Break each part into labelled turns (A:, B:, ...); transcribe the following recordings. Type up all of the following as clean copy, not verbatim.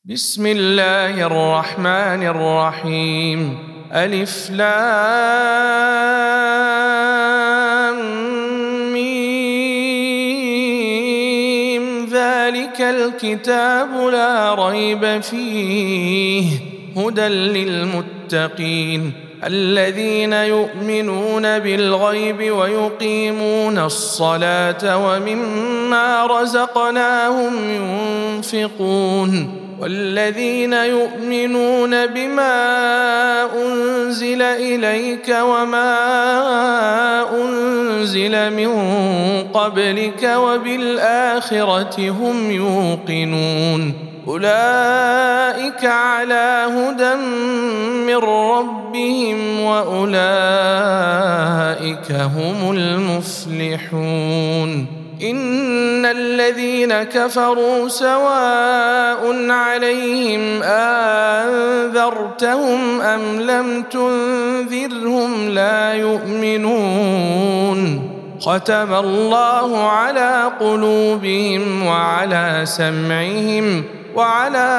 A: بسم الله الرحمن الرحيم. ألف لام ميم. ذلك الكتاب لا ريب فيه هدى للمتقين الذين يؤمنون بالغيب ويقيمون الصلاة ومما رزقناهم ينفقون والذين يؤمنون بما أنزل إليك وما أنزل من قبلك وبالآخرة هم يوقنون أولئك على هدى من ربهم وأولئك هم المفلحون. إن الذين كفروا سواء عليهم أنذرتهم أم لم تنذرهم لا يؤمنون. ختم الله على قلوبهم وعلى سمعهم وعلى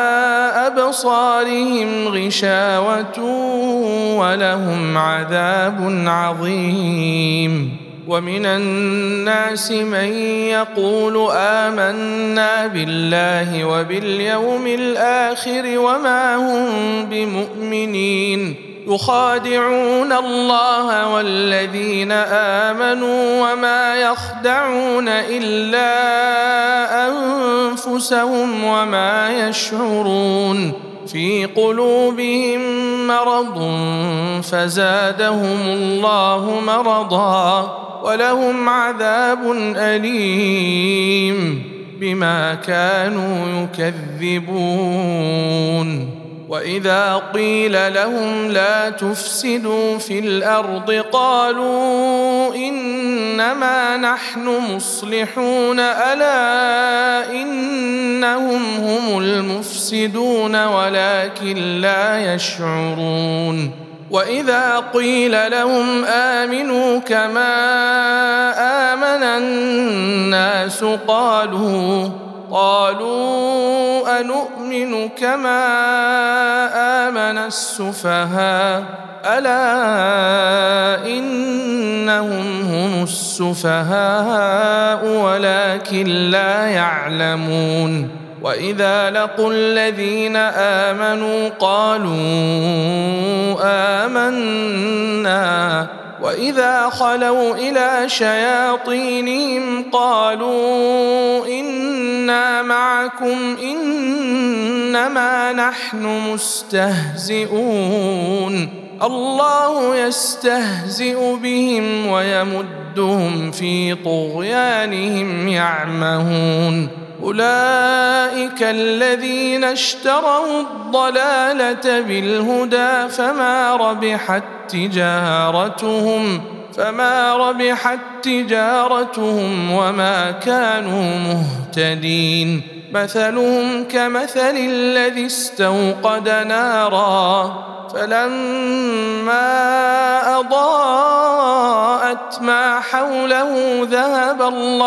A: أبصارهم غشاوة ولهم عذاب عظيم. ومن الناس من يقول آمنا بالله وباليوم الآخر وما هم بمؤمنين يخادعون الله والذين آمنوا وما يخدعون إلا أنفسهم وما يشعرون. في قلوبهم مرض فزادهم الله مرضا ولهم عذاب أليم بما كانوا يكذبون. وإذا قيل لهم لا تفسدوا في الأرض قالوا إنما نحن مصلحون ألا إنهم هم المفسدون ولكن لا يشعرون. وإذا قيل لهم آمنوا كما آمن الناس قالوا أنؤمن كما آمن السفهاء ألا إنهم هم السفهاء ولكن لا يعلمون. وإذا لقوا الذين آمنوا قالوا آمنا وإذا خلوا إلى شياطينهم قالوا إنا معكم إنما نحن مستهزئون. الله يستهزئ بهم ويمدهم في طغيانهم يعمهون. أولئك الذين اشتروا الضلالة بالهدى فما ربحت تجارتهم وما كانوا مهتدين. مثلهم كمثل الذي استوقد نارا فلما أضاءت ما حوله ذهب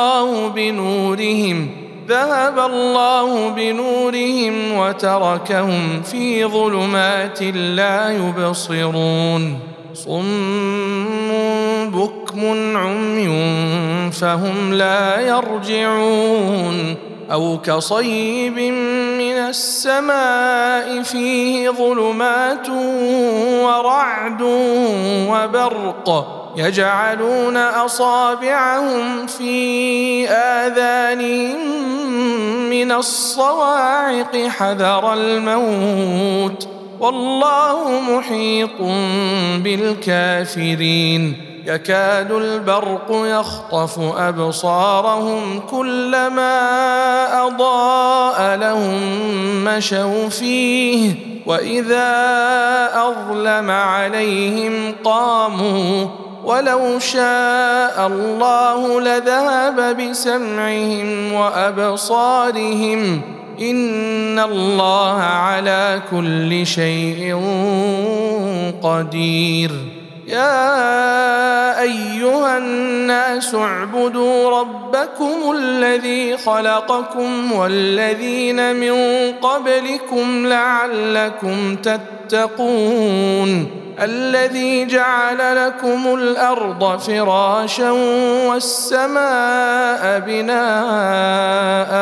A: الله بنورهم وتركهم في ظلمات لا يبصرون. صم بكم عمي فهم لا يرجعون. أو كصيب من السماء فيه ظلمات ورعد وبرق يجعلون أصابعهم في آذانهم من الصواعق حذر الموت والله محيط بالكافرين. يكاد البرق يخطف أبصارهم كلما أضاء لهم مشوا فيه وإذا أظلم عليهم قاموا ولو شاء الله لذهب بسمعهم وأبصارهم إن الله على كل شيء قدير. يا أيها الناس اعبدوا ربكم الذي خلقكم والذين من قبلكم لعلكم تتقون الذي جعل لكم الأرض فراشا والسماء بناء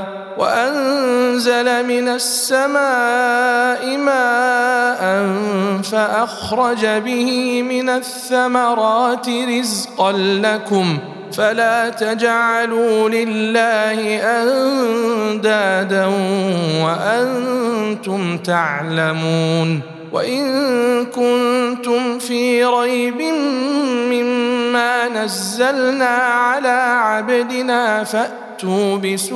A: وأنزل من السماء ماء فأخرج به من الثمرات رزقا لكم فلا تجعلوا لله أندادا وأنتم تعلمون وإن كنتم في ريب مما نزلنا على عبدنا فأتوا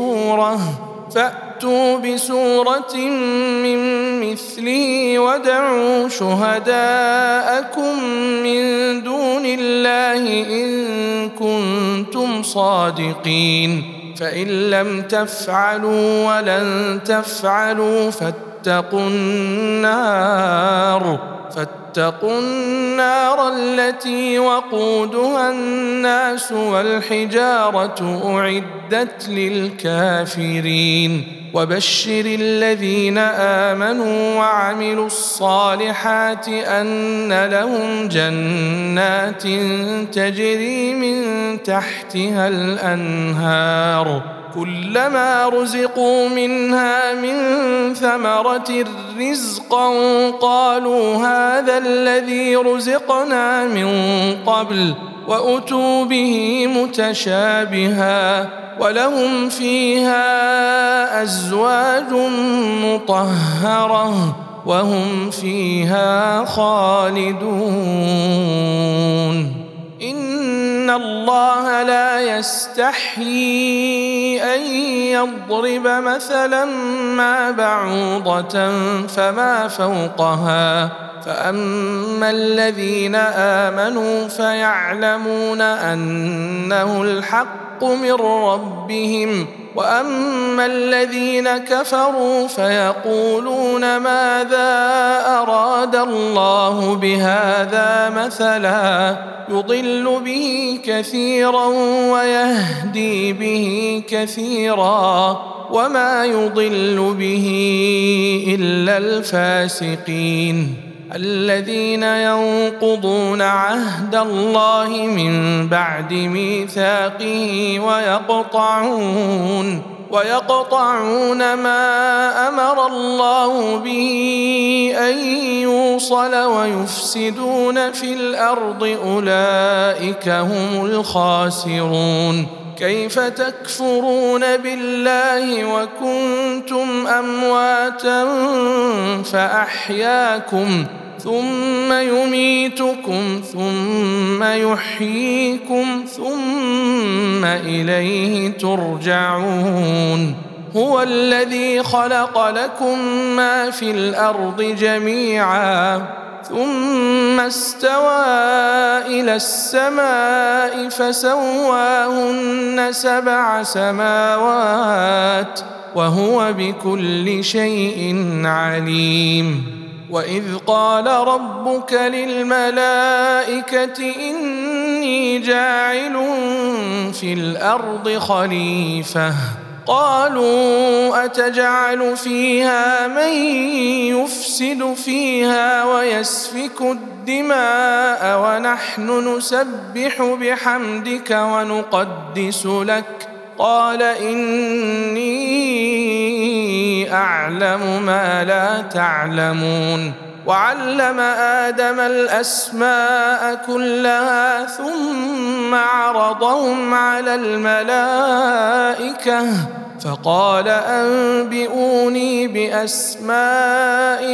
A: بسورة من مثله وادعوا شهداءكم من دون الله إن كنتم صادقين فإن لم تفعلوا ولن تفعلوا فاتقوا النار التي وقودها الناس والحجارة أعدت للكافرين وبشر الذين آمنوا وعملوا الصالحات أن لهم جنات تجري من تحتها الأنهار كلما رزقوا منها من ثمرة رزقا قالوا هذا الذي رزقنا من قبل وأتوا به متشابها ولهم فيها أزواج مطهرة وهم فيها خالدون إن الله لا يستحيي أن يضرب مثلا ما بعوضة فما فوقها فأما الذين آمنوا فيعلمون أنه الحق من ربهم وأما الذين كفروا فيقولون ماذا أراد الله بهذا مثلا يضل به كثيرا ويهدي به كثيرا وما يضل به إلا الفاسقين الذين ينقضون عهد الله من بعد ميثاقه ويقطعون ما أمر الله به أن يوصل ويفسدون في الأرض أولئك هم الخاسرون كيف تكفرون بالله وكنتم أمواتا فأحياكم ثم يميتكم ثم يحييكم ثم إليه ترجعون هو الذي خلق لكم ما في الأرض جميعا ثم استوى إلى السماء فسواهن 7 سماوات وهو بكل شيء عليم وإذ قال ربك للملائكة إني جاعل في الأرض خليفة قالوا أتجعل فيها من يفسد فيها ويسفك الدماء ونحن نسبح بحمدك ونقدس لك قال إني أعلم ما لا تعلمون وعلم آدم الأسماء كلها ثم عرضهم على الملائكة فقال أنبئوني بأسماء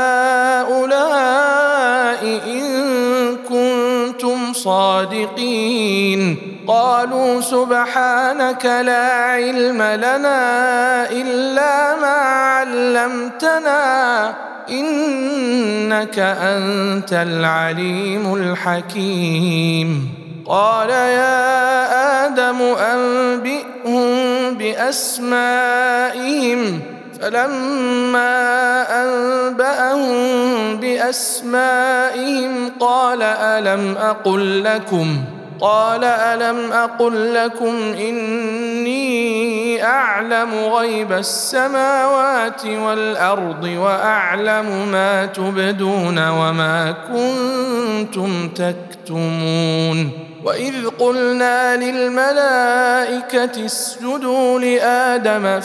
A: هؤلاء إن كنتم صادقين قالوا سبحانك لا علم لنا إلا ما علمتنا إنك أنت العليم الحكيم قال يا آدم أنبئهم بأسمائهم فلما أنبأهم بأسمائهم قال ألم أقل لكم إني أعلم غيب السماوات والأرض وأعلم ما تبدون وما كنتم تكتمون وإذ قلنا للملائكة اسجدوا لآدم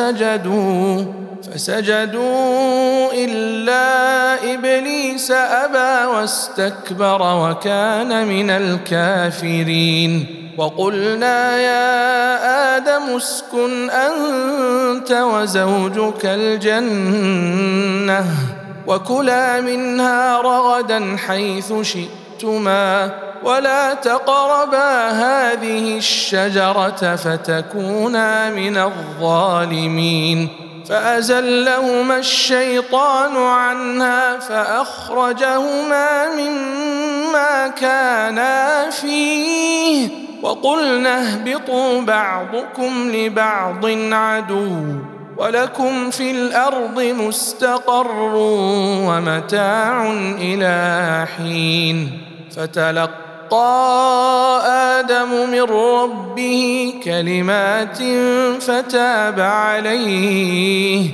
A: فسجدوا إلا إبليس أبى واستكبر وكان من الكافرين وقلنا يا آدم اسكن أنت وزوجك الجنة وكلا منها رغدا حيث شئتما ولا تقربا هذه الشجرة فتكونا من الظالمين فأزلهما الشيطان عنها فأخرجهما مما كانا فيه وقلنا اهبطوا بعضكم لبعض عدو ولكم في الأرض مستقر ومتاع إلى حين فتلقى آدم من ربه كلمات فتاب عليه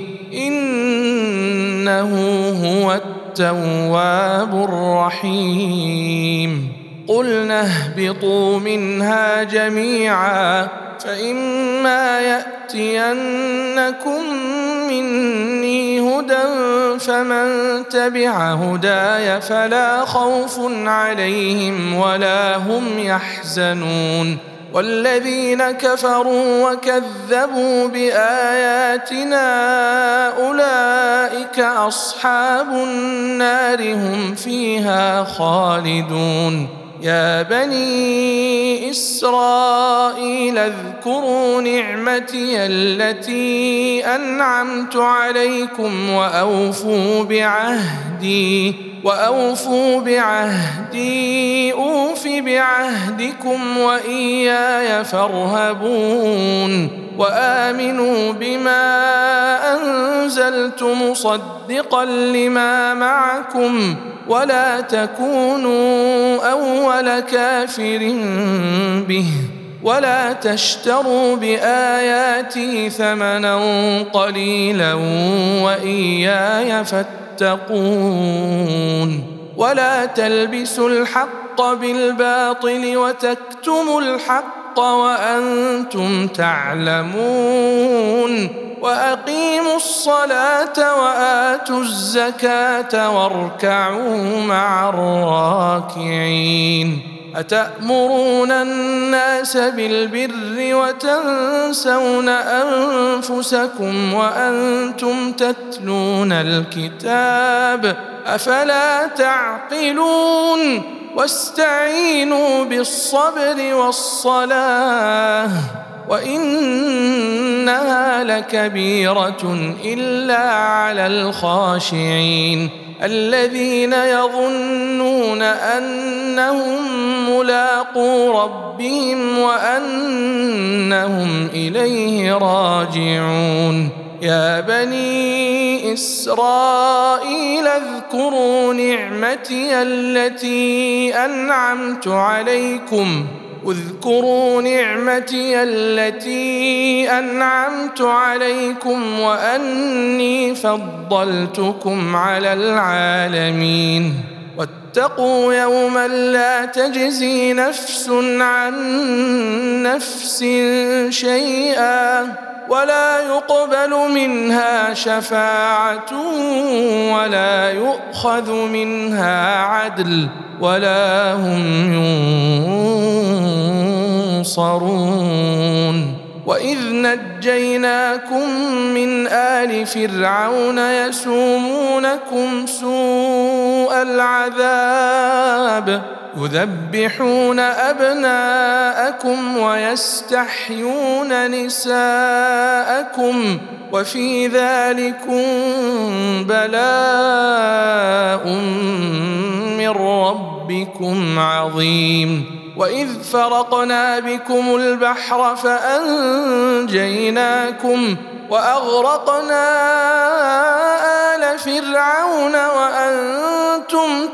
A: إنه هو التواب الرحيم قلنا اهبطوا منها جميعا فإما يأتينكم مني هدى فمن تبع هداي فلا خوف عليهم ولا هم يحزنون والذين كفروا وكذبوا بآياتنا أولئك أصحاب النار هم فيها خالدون يا بني إسرائيل اذكروا نعمتي التي أنعمت عليكم وأوفوا بعهدي أوف بعهدكم وإياي فارهبون وآمنوا بما أنزلت مصدقا لما معكم ولا تكونوا أول كافر به ولا تشتروا بآياتي ثمنا قليلا وإياي فاتقون ولا تلبسوا الحق بالباطل وتكتموا الحق وأنتم تعلمون وأقيموا الصلاة وآتوا الزكاة واركعوا مع الراكعين أتأمرون الناس بالبر وتنسون أنفسكم وأنتم تتلون الكتاب أفلا تعقلون واستعينوا بالصبر والصلاة وإنها لكبيرة إلا على الخاشعين الذين يظنون أنهم ملاقو ربهم وأنهم إليه راجعون يا بني إسرائيل اذكروا نعمتي التي أنعمت عليكم وأني فضلتكم على العالمين واتقوا يوما لا تجزي نفس عن نفس شيئا ولا يقبل منها شفاعة ولا يؤخذ منها عدل ولا هم ينصرون وإذ نجيناكم من آل فرعون يسومونكم سوء العذاب يذبحون أبناءكم ويستحيون نساءكم وفي ذلكم بلاء من ربكم عظيم وإذ فرقنا بكم البحر فأنجيناكم وأغرقنا آل فرعون وأنتم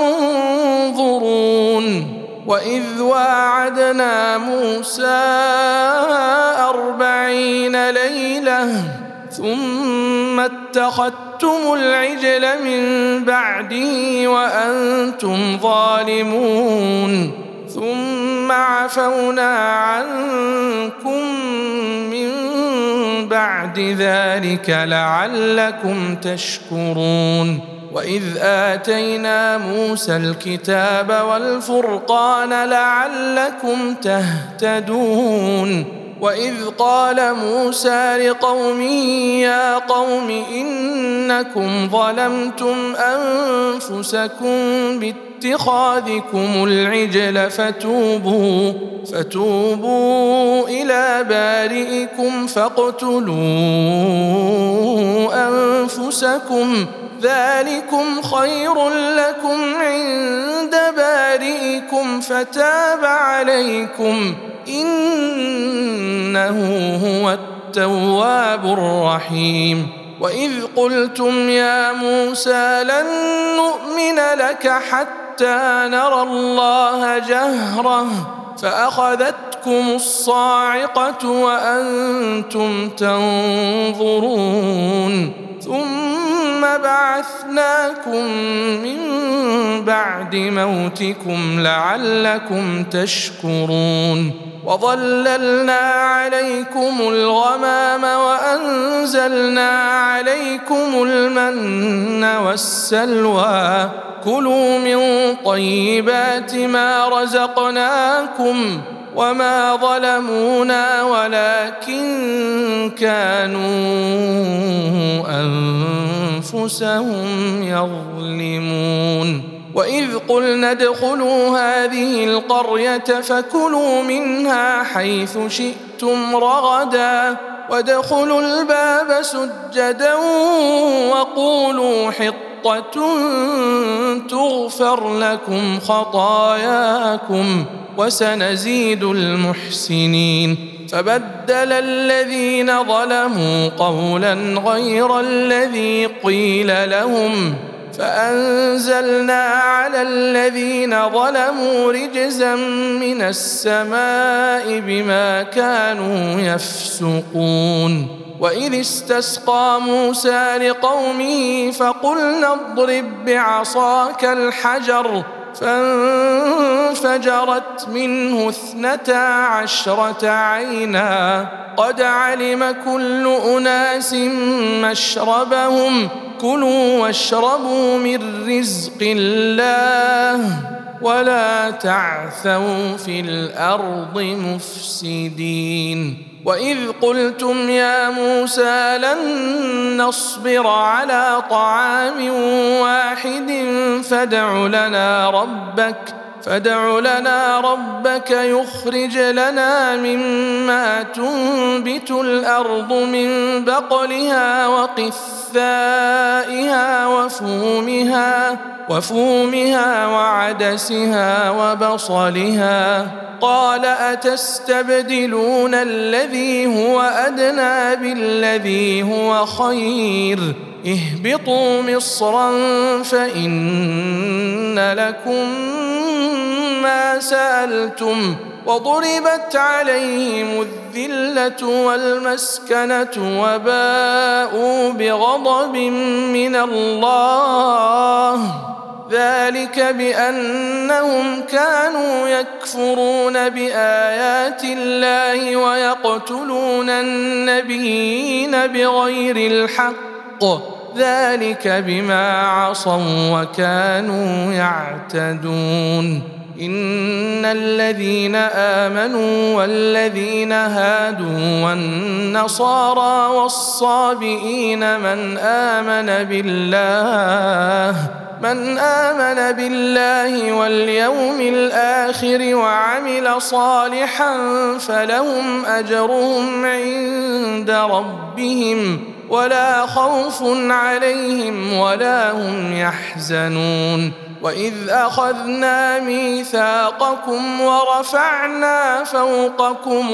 A: تنظرون وإذ واعدنا موسى 40 ليلة ثم اتخذتم العجل من بعده وأنتم ظالمون ثم عفونا عنكم من بعد ذلك لعلكم تشكرون وإذ آتينا موسى الكتاب والفرقان لعلكم تهتدون وإذ قال موسى لقومه يا قوم إنكم ظلمتم أنفسكم باتخاذكم العجل فتوبوا إلى بارئكم فاقتلوا أنفسكم ذلكم خير لكم عند بارئكم فتاب عليكم إنه هو التواب الرحيم وإذ قلتم يا موسى لن نؤمن لك حتى نرى الله جهرة فأخذتكم الصاعقة وأنتم تنظرون ثم بعثناكم من بعد موتكم لعلكم تشكرون وظللنا عليكم الغمام وأنزلنا عليكم المن والسلوى كلوا من طيبات ما رزقناكم وما ظلمونا ولكن كانوا أنفسهم يظلمون وإذ قلنا ادخلوا هذه القرية فكلوا منها حيث شئتم رغدا وادخلوا الباب سجدا وقولوا حطة تغفر لكم خطاياكم وسنزيد المحسنين فبدل الذين ظلموا قولا غير الذي قيل لهم فأنزلنا على الذين ظلموا رجزا من السماء بما كانوا يفسقون وإذ استسقى موسى لقومه فقلنا اضرب بعصاك الحجر فانفجرت منه 12 عينا قد علم كل أناس مشربهم كلوا واشربوا من رزق الله ولا تعثوا في الأرض مفسدين وإذ قلتم يا موسى لن نصبر على طعام واحد فادع لنا ربك يخرج لنا مما تنبت الأرض من بقلها وقثائها وفومها وعدسها وبصلها قال أتستبدلون الذي هو أدنى بالذي هو خير اهبطوا مصرا فإن لكم ما سألتم وضربت عليهم الذلة والمسكنة وباءوا بغضب من الله ذلك بأنهم كانوا يكفرون بآيات الله ويقتلون النبيين بغير الحق ذلك بما عصوا وكانوا يعتدون إن الذين آمنوا والذين هادوا والنصارى والصابئين من آمن بالله واليوم الآخر وعمل صالحا فلهم أجرهم عند ربهم ولا خوف عليهم ولا هم يحزنون وإذ أخذنا ميثاقكم ورفعنا فوقكم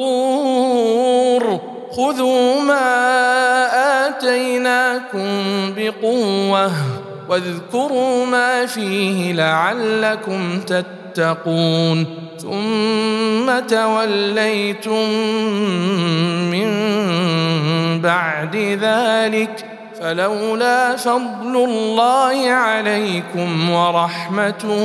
A: الطور خذوا ما آتيناكم بقوة واذكروا ما فيه لعلكم تتقون ثم توليتم من بعد ذلك فلولا فضل الله عليكم ورحمته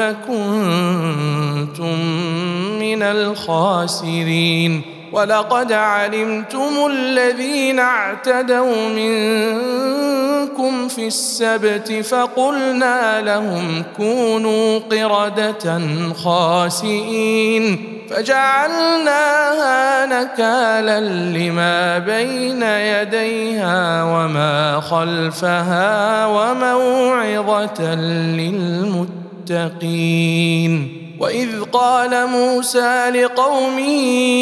A: لكنتم من الخاسرين ولقد علمتم الذين اعتدوا منكم في السبت فقلنا لهم كونوا قردة خاسئين فجعلناها نكالا لما بين يديها وما خلفها وموعظة للمتقين وإذ قال موسى لقومه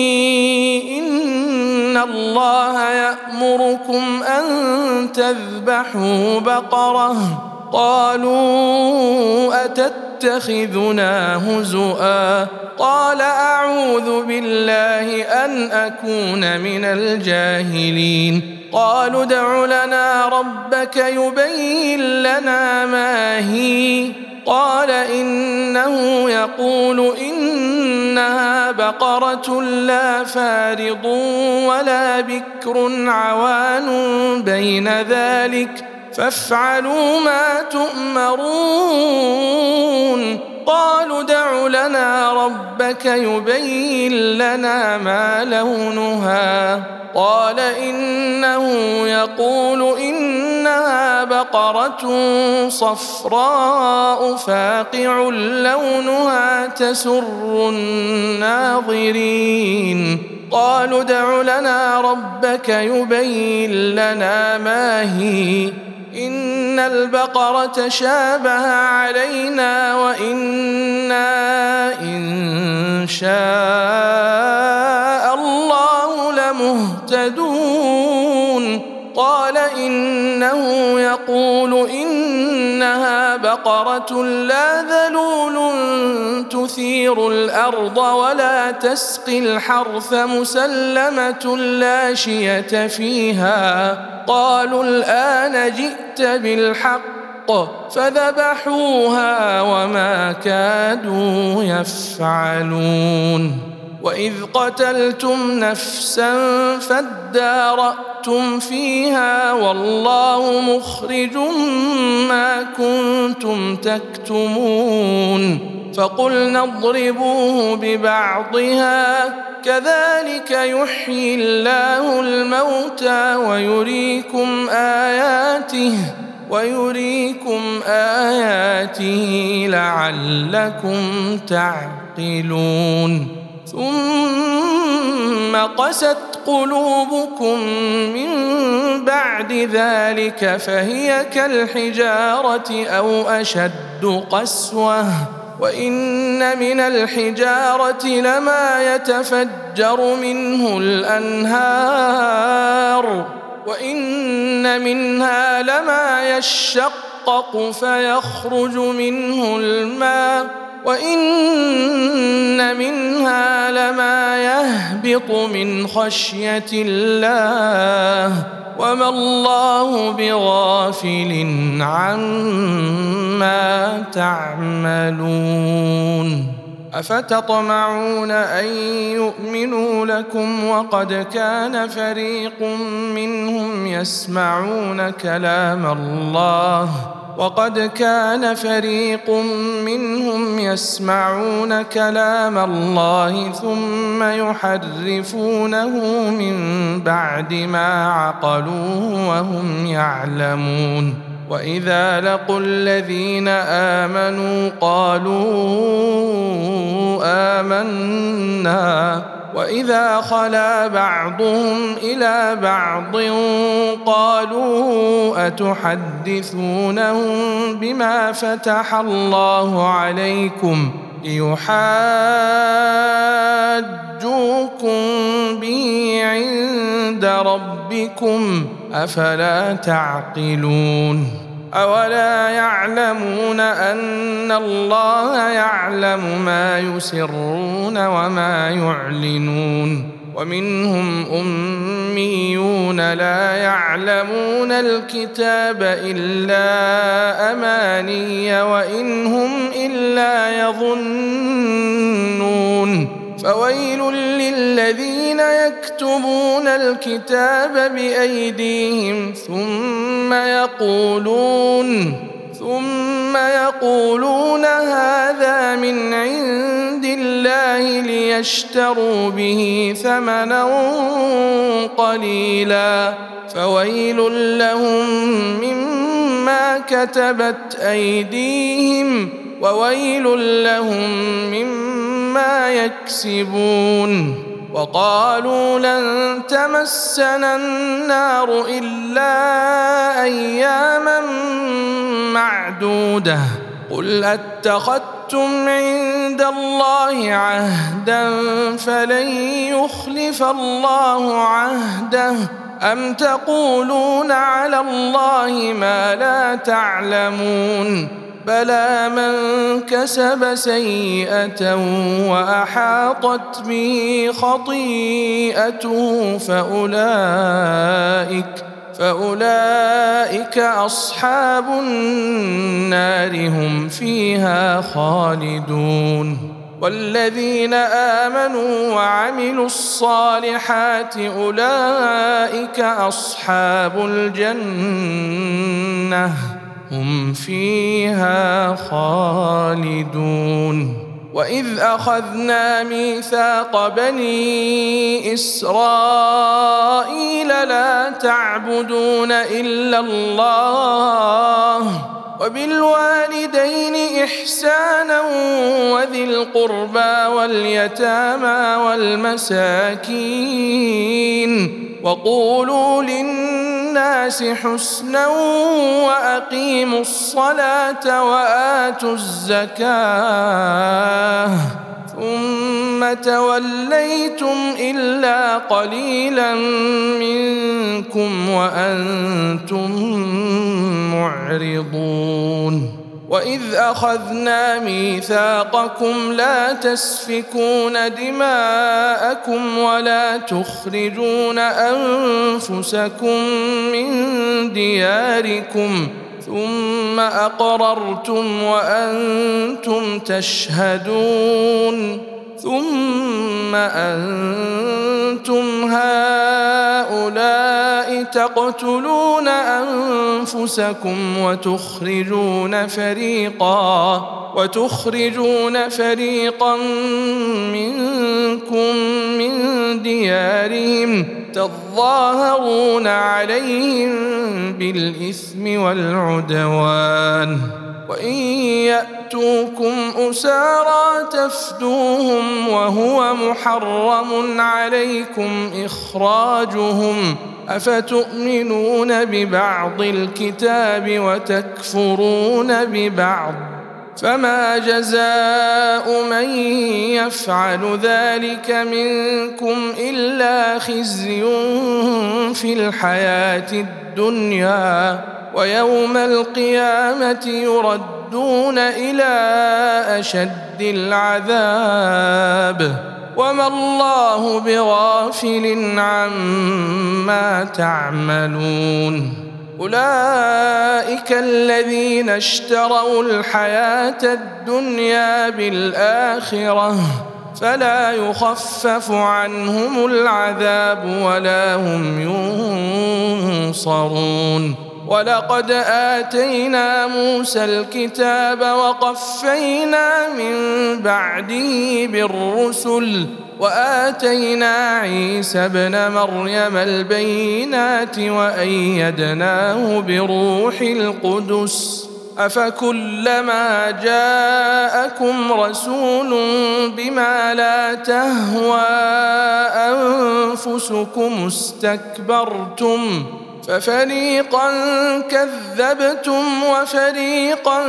A: إن الله يأمركم أن تذبحوا بقرة قالوا أتتخذنا هزؤا قال أعوذ بالله أن أكون من الجاهلين قالوا ادع لنا ربك يبين لنا ما هي قال إنه يقول إنها بقرة لا فارض ولا بكر عوان بين ذلك فافعلوا ما تؤمرون قالوا ادع لنا ربك يبين لنا ما لونها قال إنه يقول إنها بقرة صفراء فاقع لونها تسر الناظرين قالوا ادع لنا ربك يبين لنا ما هي إن البقرة شابه علينا وإنا إن شاء الله لمهتدون قال إنه يقول إنها بقرة لا ذلول تثير الأرض ولا تسقي الحرث مسلمة لا شية فيها قالوا الآن جئت بالحق فذبحوها وما كادوا يفعلون وإذ قتلتم نفسا فادارأتم فيها والله مخرج ما كنتم تكتمون فقلنا اضربوه ببعضها كذلك يحيي الله الموتى ويريكم آياته لعلكم تعقلون ثم قست قلوبكم من بعد ذلك فهي كالحجارة أو أشد قسوة وإن من الحجارة لما يتفجر منه الأنهار وإن منها لما يشقق فيخرج منه الماء وإن منها لما يهبط من خشية الله وما الله بغافل عما تعملون أفتطمعون أن يؤمنوا لكم وقد كان فريق منهم يسمعون كلام الله ثم يحرفونه من بعد ما عقلوه وهم يعلمون وإذا لقوا الذين آمنوا قالوا آمنا وإذا خلا بعضهم إلى بعض قالوا أتحدثونهم بما فتح الله عليكم ليحاجوكم به عند ربكم أفلا تعقلون أولا يعلمون أن الله يعلم ما يسرون وما يعلنون ومنهم أميون لا يعلمون الكتاب إلا أماني وإن هم إلا يظنون فويل للذين يكتبون الكتاب بأيديهم ثم يقولون هذا من عند الله ليشتروا به ثمنا قليلا فويل لهم مما كتبت أيديهم وويل لهم مما يكسبون وقالوا لن تمسنا النار إلا أياما معدودة قل أتخذتم عند الله عهدا فلن يخلف الله عهده أم تقولون على الله ما لا تعلمون بلى من كسب سيئة وأحاطت به خطيئته فأولئك أصحاب النار هم فيها خالدون والذين آمنوا وعملوا الصالحات أولئك أصحاب الجنة هم فيها خالدون وإذ أخذنا ميثاق بني إسرائيل لا تعبدون إلا الله وبالوالدين إحسانا وذي القربى واليتامى والمساكين وقولوا للناس حسنا وأقيموا الصلاة وآتوا الزكاة ثم توليتم إلا قليلا منكم وأنتم معرضون وإذ أخذنا ميثاقكم لا تسفكون دماءكم ولا تخرجون أنفسكم من دياركم ثم أقررتم وأنتم تشهدون ثم أنتم هؤلاء تقتلون أنفسكم وتخرجون فريقا منكم من ديارهم تظاهرون عليهم بالإثم والعدوان وإن يأتوكم أسارى تفدوهم وهو محرم عليكم إخراجهم أفتؤمنون ببعض الكتاب وتكفرون ببعض فما جزاء من يفعل ذلك منكم إلا خزي في الحياة الدنيا ويوم القيامة يردون إلى أشد العذاب وما الله بغافل عما تعملون أولئك الذين اشتروا الحياة الدنيا بالآخرة فلا يخفف عنهم العذاب ولا هم ينصرون ولقد آتينا موسى الكتاب وقفينا من بعده بالرسل وآتينا عيسى ابن مريم البينات وأيدناه بروح القدس أفكلما جاءكم رسول بما لا تهوى أنفسكم استكبرتم ففريقا كذبتم وفريقا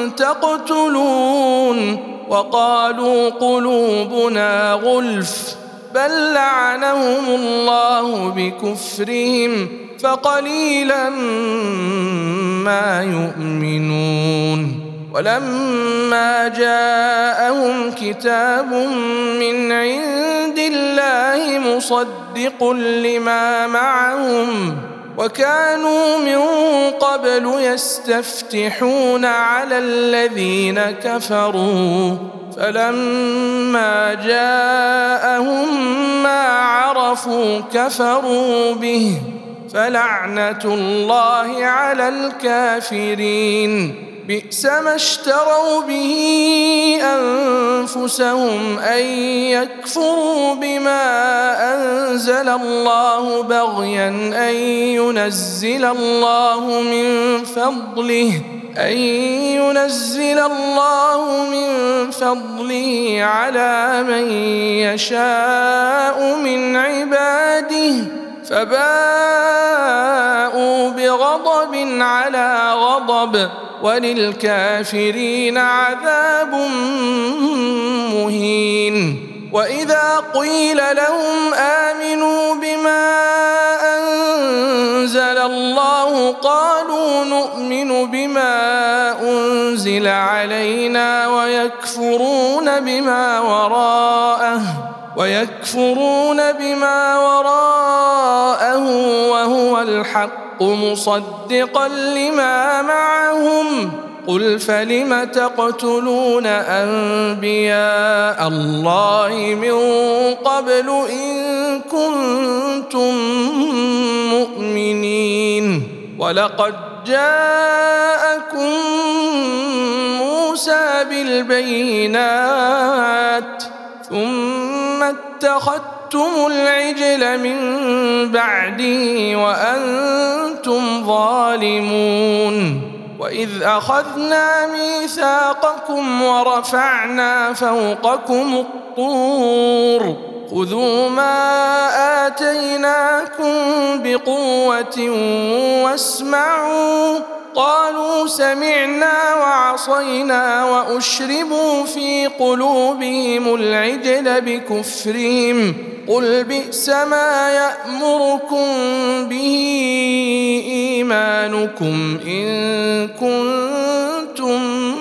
A: تقتلون وقالوا قلوبنا غلف بل لعنهم الله بكفرهم فقليلا ما يؤمنون. ولما جاءهم كتاب من عند الله مصدق لما معهم وكانوا من قبل يستفتحون على الذين كفروا فلما جاءهم ما عرفوا كفروا به فلعنة الله على الكافرين. بئس ما اشتروا به أنفسهم أن يكفروا بما أنزل الله بغيا أن ينزل الله من فضله على من يشاء من عباده فباءوا بغضب على غضب وللكافرين عذاب مهين. وإذا قيل لهم آمنوا بما أنزل الله قالوا نؤمن بما أنزل علينا ويكفرون بما وراءه وهو الحق مصدقا لما معهم قل فلم تقتلون أنبياء الله من قبل إن كنتم مؤمنين. ولقد جاءكم موسى بالبينات ثم اتخذتم العجل من بعده وأنتم ظالمون. وإذ أخذنا ميثاقكم ورفعنا فوقكم الطور خذوا ما آتيناكم بقوة واسمعوا قالوا سمعنا وعصينا وأشربوا في قلوبهم العجل بكفرهم قل بئس ما يأمركم به إيمانكم إن كنتم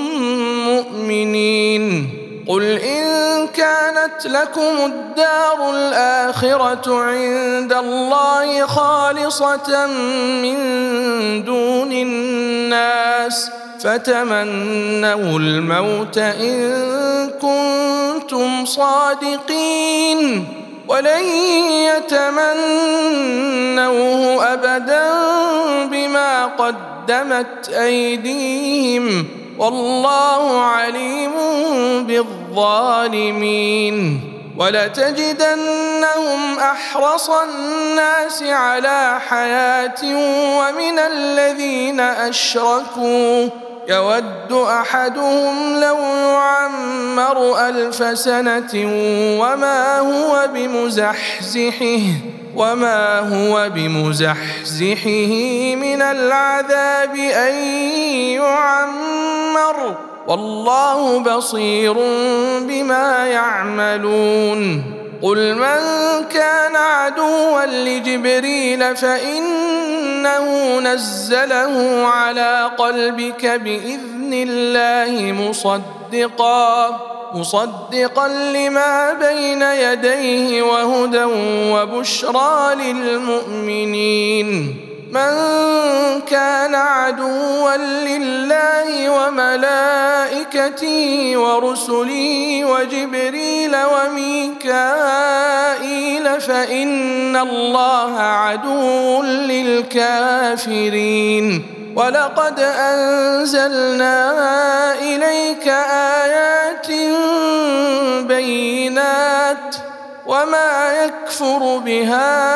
A: مؤمنين. قل إن كانت لكم الدار الآخرة عند الله خالصة من دون الناس فتمنوا الموت إن كنتم صادقين ولن يتمنوه أبدا بما قدمت أيديهم والله عليم بالظالمين. ولتجدنهم أحرص الناس على حياة ومن الذين أشركوا يود أحدهم لو يعمر 1000 سنة وما هو بمزحزحه من العذاب أن يعمر والله بصير بما يعملون. قل من كان عدوا لجبريل فإنه نزله على قلبك بإذن الله مصدقا لما بين يديه وهدى وبشرى للمؤمنين. من كان عدوا لله وملائكته ورسله وجبريل وميكائيل فإن الله عدو للكافرين. ولقد أنزلنا إليك آيات بينات وما يكفر بها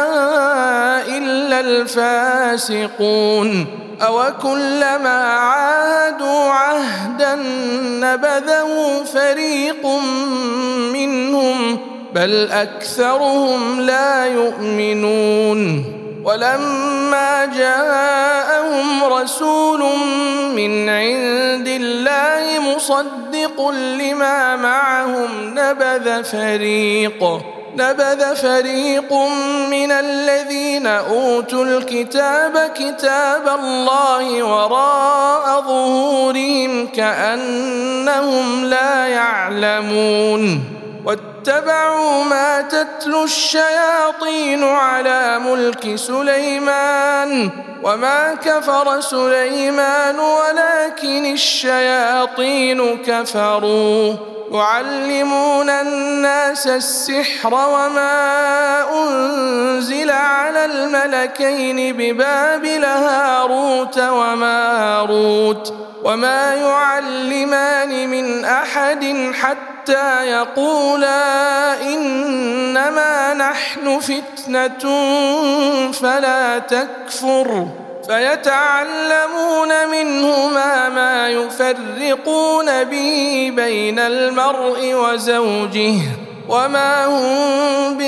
A: إلا الفاسقون. أوكلما عاهدوا عهدا نبذه فريق منهم بل أكثرهم لا يؤمنون. ولما جاءهم رسول من عند الله مصدق لما معهم نبذ فريق من الذين أوتوا الكتاب كتاب الله وراء ظهورهم كأنهم لا يعلمون واتبعوا ما تتلو الشياطين على ملك سليمان وما كفر سليمان ولكن الشياطين كفروا يعلمون الناس السحر وما أنزل على الملكين ببابل هاروت وماروت وما يعلمان من أحد حتى يقولا إنما نحن فتنة فلا تكفر فيتعلمون منهما ما يفرقون به بين المرء وزوجه وما هم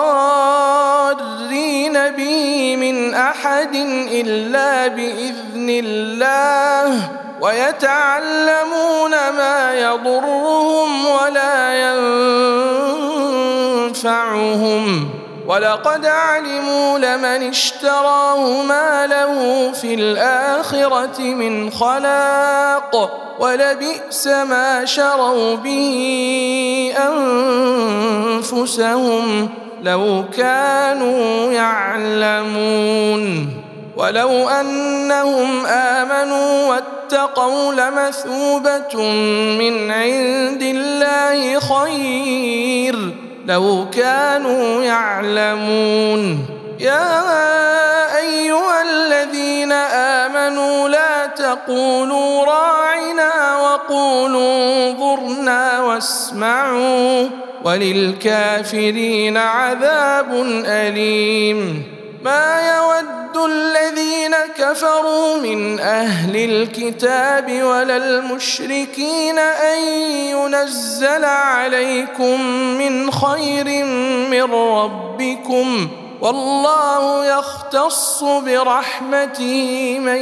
A: بضارين به من أحد إلا بإذن الله ويتعلمون ما يضرهم ولا ينفعهم ولقد علموا لمن اشتراه ما له في الآخرة من خلاق ولبئس ما شروا به أنفسهم لو كانوا يعلمون ولو أنهم آمنوا واتقوا لمثوبة من عند الله خير لو كانوا يعلمون يا أيها الذين آمنوا لا تقولوا راعنا وقولوا انظرنا واسمعوا وللكافرين عذاب أليم ما يود الذين كفروا من أهل الكتاب ولا المشركين أن ينزل عليكم من خير من ربكم والله يختص برحمته من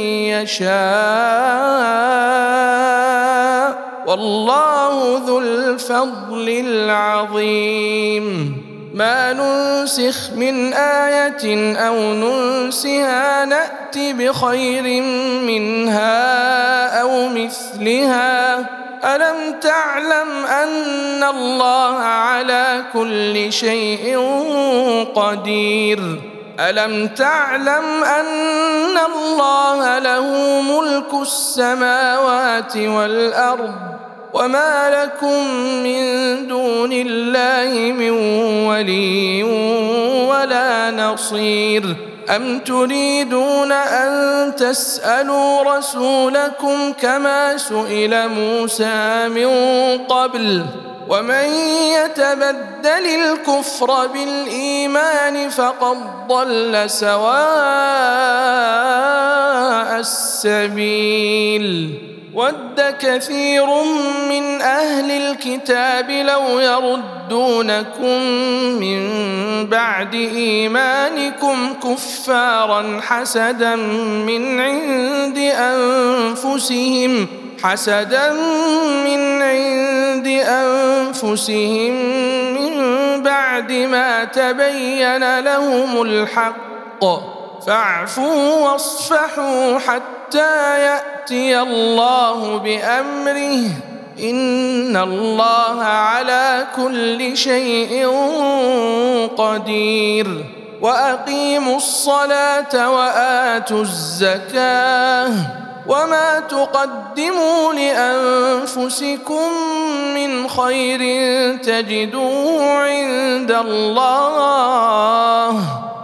A: يشاء والله ذو الفضل العظيم ما ننسخ من آية أو ننسها نأت بخير منها أو مثلها ألم تعلم أن الله على كل شيء قدير ألم تعلم أن الله له ملك السماوات والأرض وما لكم من دون الله من ولي ولا نصير أم تريدون أن تسألوا رسولكم كما سئل موسى من قبل ومن يتبدل الكفر بالإيمان فقد ضل سواء السبيل ود كثير من أهل الكتاب لو يردونكم من بعد إيمانكم كفارا حسدا من عند أنفسهم من بعد ما تبين لهم الحق فاعفوا واصفحوا حتى يأتي الله بأمره إن الله على كل شيء قدير وأقيموا الصلاة وآتوا الزكاة وما تقدموا لأنفسكم من خير تجدوه عند الله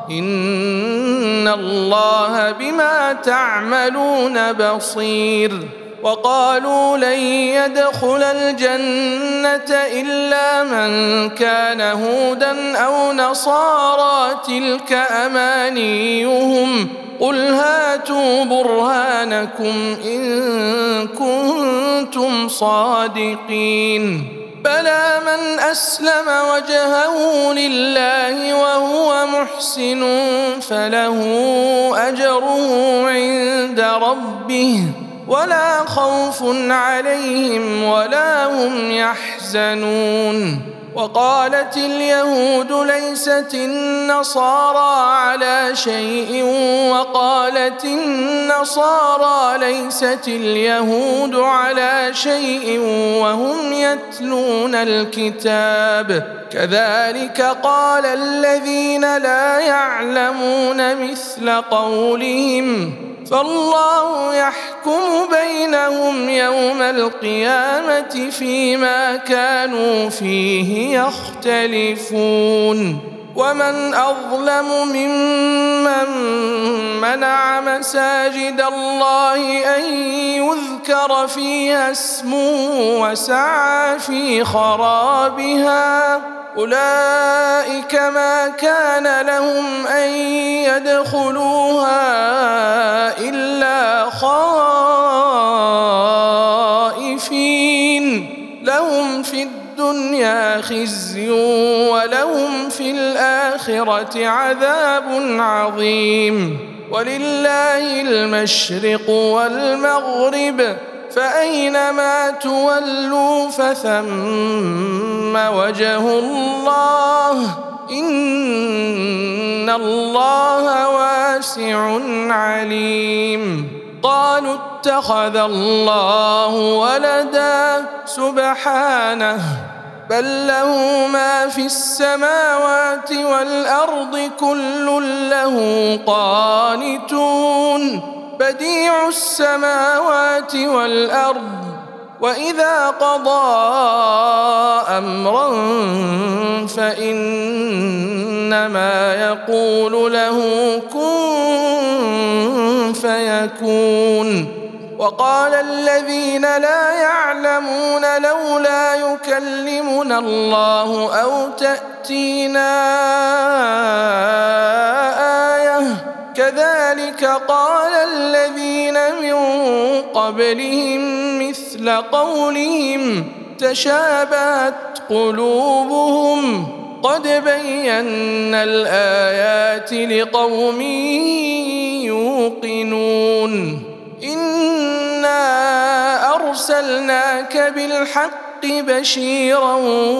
A: إن الله بما تعملون بصير وقالوا لن يدخل الجنة إلا من كان هودا أو نصارى تلك أمانيهم قل هاتوا برهانكم إن كنتم صادقين بلى من أسلم وجهه لله وهو محسن فله أجره عند ربه ولا خوف عليهم ولا هم يحزنون وقالت اليهود ليست النصارى على شيء وقالت النصارى ليست اليهود على شيء وهم يتلون الكتاب كذلك قال الذين لا يعلمون مثل قولهم فالله يحكم بينهم يوم القيامة فيما كانوا فيه يختلفون ومن أظلم ممن منع مساجد الله أن يذكر فيها اسمه وسعى في خرابها أولئك ما كان لهم أن يدخلوها إلا خائفين لهم في الدنيا خزي ولهم في الآخرة عذاب عظيم ولله المشرق والمغرب فأينما تولوا فثم وجه الله إن الله واسع عليم قالوا اتخذ الله ولدا سبحانه بل له ما في السماوات والأرض كل له قانتون بديع السماوات والأرض وإذا قضى أمرا فإنما يقول له كن فيكون وقال الذين لا يعلمون لولا يكلمنا الله أو تأتينا آية كذلك قال الذين من قبلهم مثل قولهم تشابهت قلوبهم قد بينا الآيات لقوم يوقنون إنا أرسلناك بالحق بشيرا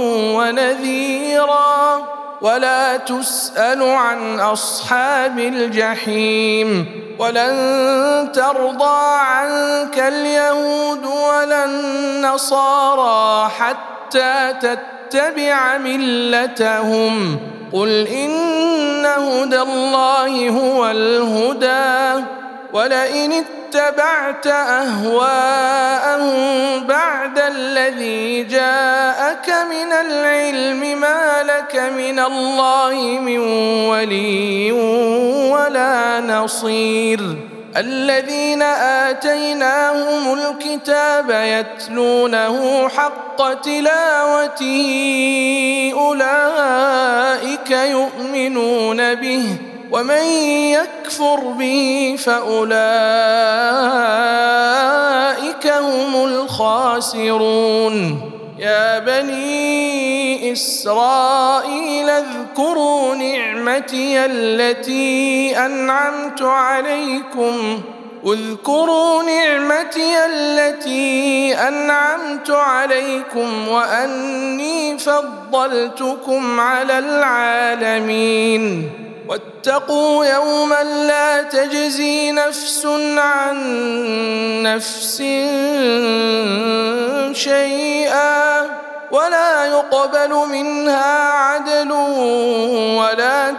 A: ونذيرا ولا تسأل عن أصحاب الجحيم ولن ترضى عنك اليهود ولا النصارى حتى تتبع ملتهم قل إن هدى الله هو الهدى ولئن اتبعت أهواءهم بعد الذي جاءك من العلم ما لك من الله من ولي ولا نصير الذين آتيناهم الكتاب يتلونه حق تلاوته أولئك يؤمنون به ومن يكفر به فأولئك هم الخاسرون يا بني إسرائيل اذكروا نعمتي التي أنعمت عليكم وأني فضلتكم على العالمين واتقوا يوما لا تجزي نفس عن نفس شيئا ولا يقبل منها عدل ولا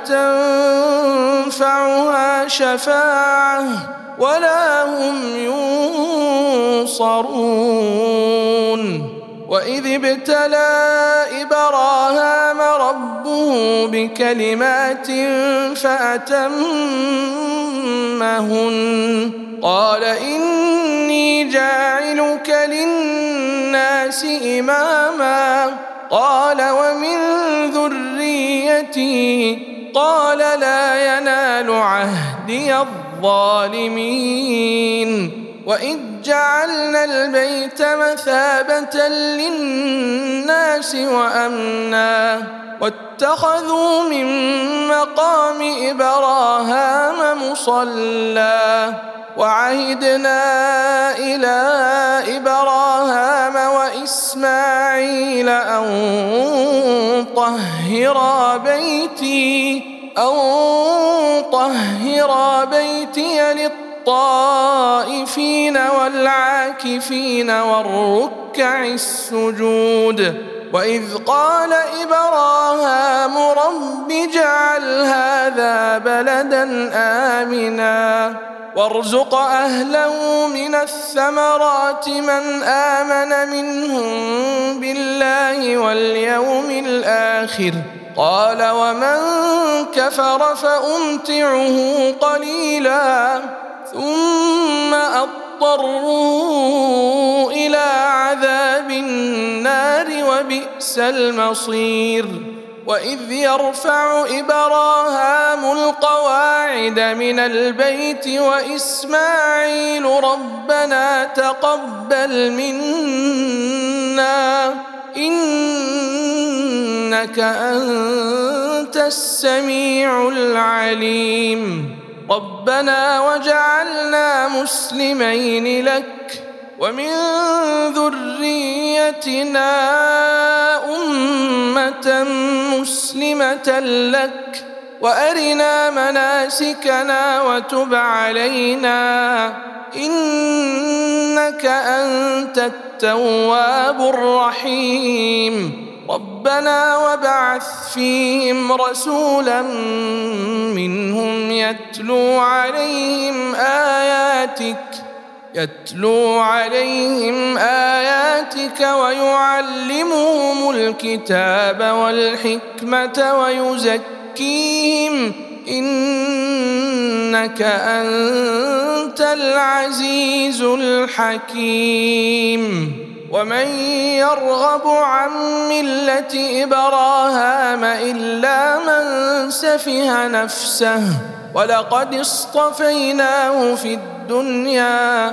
A: تنفعها شفاعة ولا هم ينصرون وإذ ابتلى إبراهام ربه بكلمات فأتمهن قال إني جاعلك للناس إماما قال ومن ذريتي قال لا ينال عهدي الظالمين وإذ جعلنا البيت مثابة للناس وأمنا واتخذوا من مقام إبراهام مصلى وعهدنا إلى إبراهام وإسماعيل وإسماعيل أن طهر بيتي للطائفين والعاكفين والركع السجود. وإذ قال إبراهام رب اجعل هذا بلدا آمنا وارزق أهله من الثمرات من آمن منهم بالله واليوم الآخر قال ومن كفر فأمتعه قليلا ثم اضطروا إلى عذاب النار وبئس المصير. وإذ يرفع إبراهام القواعد من البيت وإسماعيل ربنا تقبل منا إنك أنت السميع العليم ربنا وجعلنا مسلمين لك ومن ذريتنا أمة مسلمة لك وأرنا مناسكنا وتب علينا إنك أنت التواب الرحيم ربنا وابعث فيهم رسولا منهم يتلو عليهم آياتك ويعلمهم الكتاب والحكمة ويزكيهم إنك أنت العزيز الحكيم. ومن يرغب عن ملة إبراهام إلا من سفه نفسه ولقد اصطفيناه في الدنيا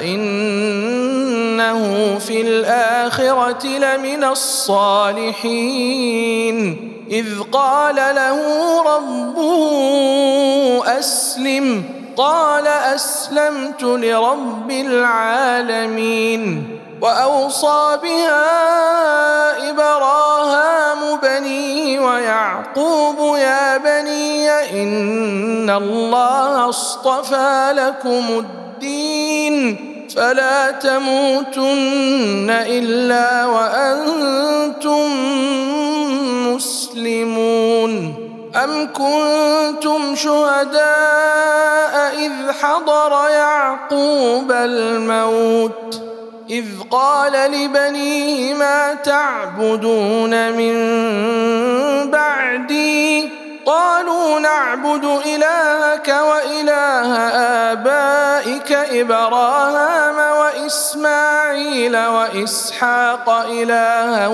A: وإنه في الآخرة لمن الصالحين. إذ قال له ربه أسلم قال أسلمت لرب العالمين. وأوصى بها إبراهام بنيه ويعقوب يا بني إن الله اصطفى لكم الدين فلا تموتن إلا وأنتم مسلمون. أم كنتم شهداء إذ حضر يعقوب الموت إذ قال لبنيه ما تعبدون من بعدي قالوا نعبد إلهك وإله آبائك إبراهام وإسماعيل وإسحاق إلها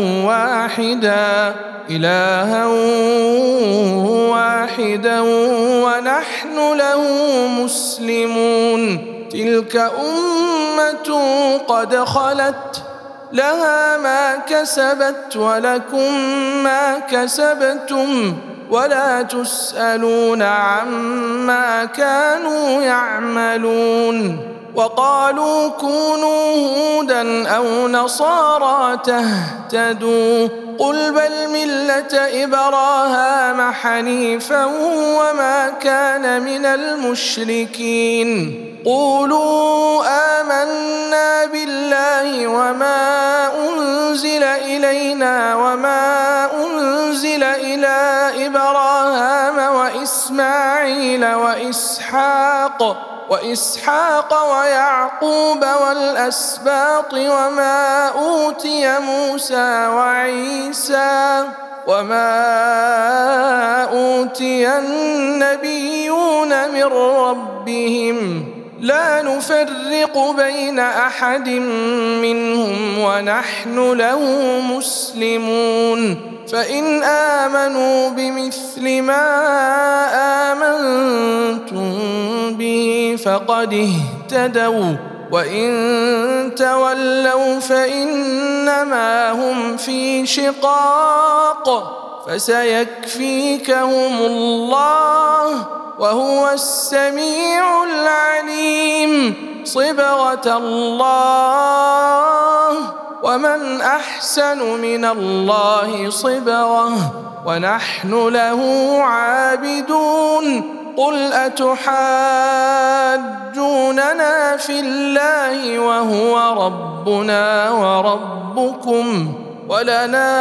A: واحدا ونحن له مسلمون. تلك أمة قد خلت لها ما كسبت ولكم ما كسبتم ولا تسألون عما كانوا يعملون. وقالوا كونوا هودا أو نصارى تهتدوا قل بل ملة إبراهام حنيفا وما كان من المشركين. قولوا آمنا بالله وما أنزل إلينا وما أنزل إلى إبراهام وإسماعيل وإسحاق ويعقوب والأسباط وما أوتي موسى وعيسى وما أوتي النبيون من ربهم لا نفرق بين أحد منهم ونحن له مسلمون. فإن آمنوا بمثل ما آمنتم به فقد اهتدوا وإن تولوا فإنما هم في شقاق فسيكفيكهم الله وهو السميع العليم. صبغة الله ومن أحسن من الله صبغة ونحن له عابدون قل أتحاجوننا في الله وهو ربنا وربكم ولنا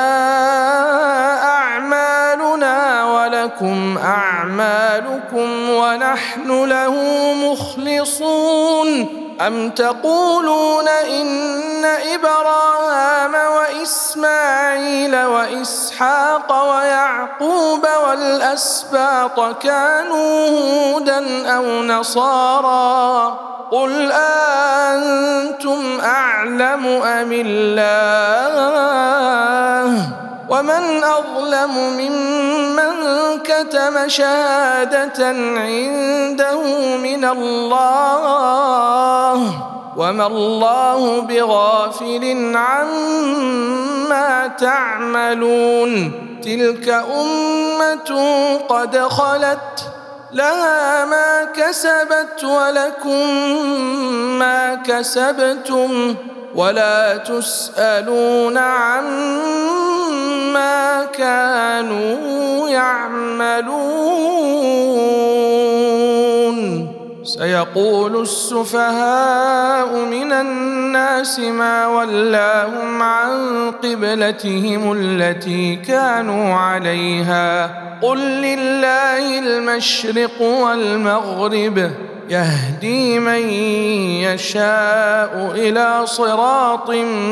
A: أعمالنا ولكم أعمالكم ونحن له مخلصون أم تقولون إن إبراهام وإسماعيل وإسحاق ويعقوب والأسباط كانوا هودا أو نصارى قل أنتم أعلم أم الله ومن أظلم ممن كتم شهادة عنده من الله وما الله بغافل عما تعملون تلك أمة قد خلت لها ما كسبت ولكم ما كسبتم ولا تسألون عما كانوا يعملون سيقول السفهاء من الناس ما ولاهم عن قبلتهم التي كانوا عليها قل لله المشرق والمغرب يهدي من يشاء إلى صراط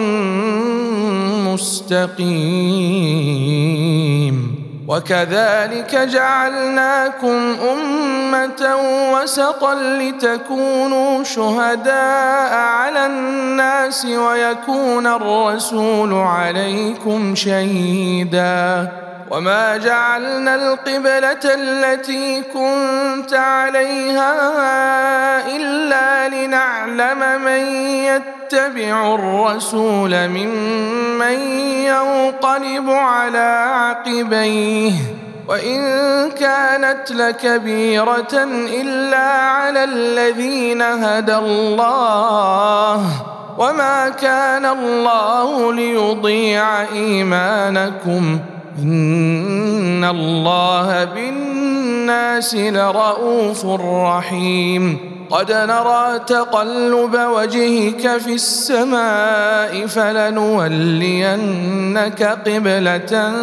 A: مستقيم وكذلك جعلناكم أمة وسطا لتكونوا شهداء على الناس ويكون الرسول عليكم شهيدا وما جعلنا القبلة التي كنت عليها إلا لنعلم من يتبع الرسول ممن ينقلب على عقبيه وإن كانت لكبيرة إلا على الذين هدى الله وما كان الله ليضيع إيمانكم إن الله بالناس لرؤوف رحيم قد نرى تقلب وجهك في السماء فلنولينك قبلة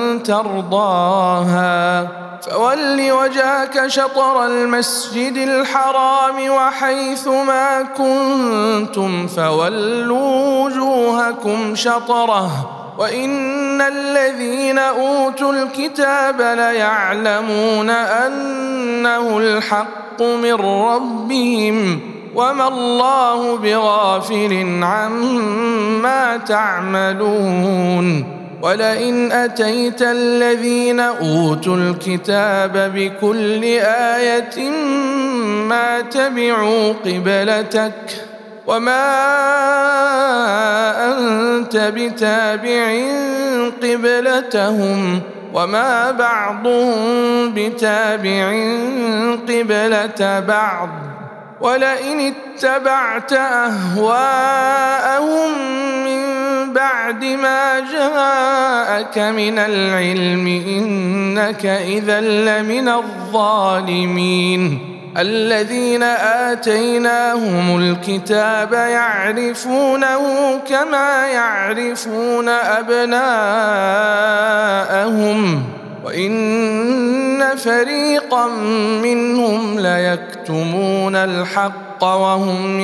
A: ترضاها فول وجهك شطر المسجد الحرام وحيث ما كنتم فولوا وجوهكم شطره وإن الذين أوتوا الكتاب ليعلمون أنه الحق من ربهم وما الله بغافل عما تعملون ولئن أتيت الذين أوتوا الكتاب بكل آية ما تبعوا قبلتك وما أنت بتابع قبلتهم وما بعضهم بتابع قبلة بعض ولئن اتبعت أهواءهم من بعد ما جاءك من العلم إنك إذا لمن الظالمين الذين آتيناهم الكتاب يعرفونه كما يعرفون أبناءهم وإن فريقا منهم ليكتمون الحق وهم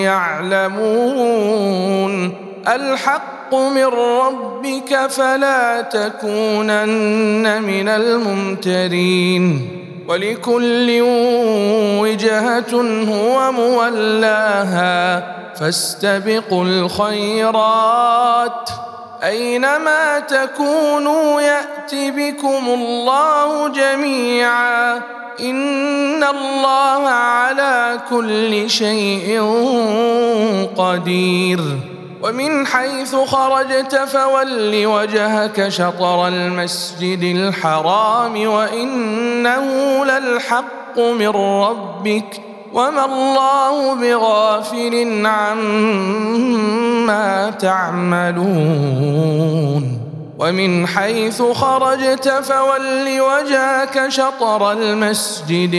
A: يعلمون الحق من ربك فلا تكونن من الممترين ولكل وجهة هو مولاها فاستبقوا الخيرات أينما تكونوا يأت بكم الله جميعا إن الله على كل شيء قدير ومن حيث خرجت فول وجهك شطر المسجد الحرام وإنه للحق من ربك وما الله بغافل عما تعملون ومن حيث خرجت فول وجهك شطر المسجد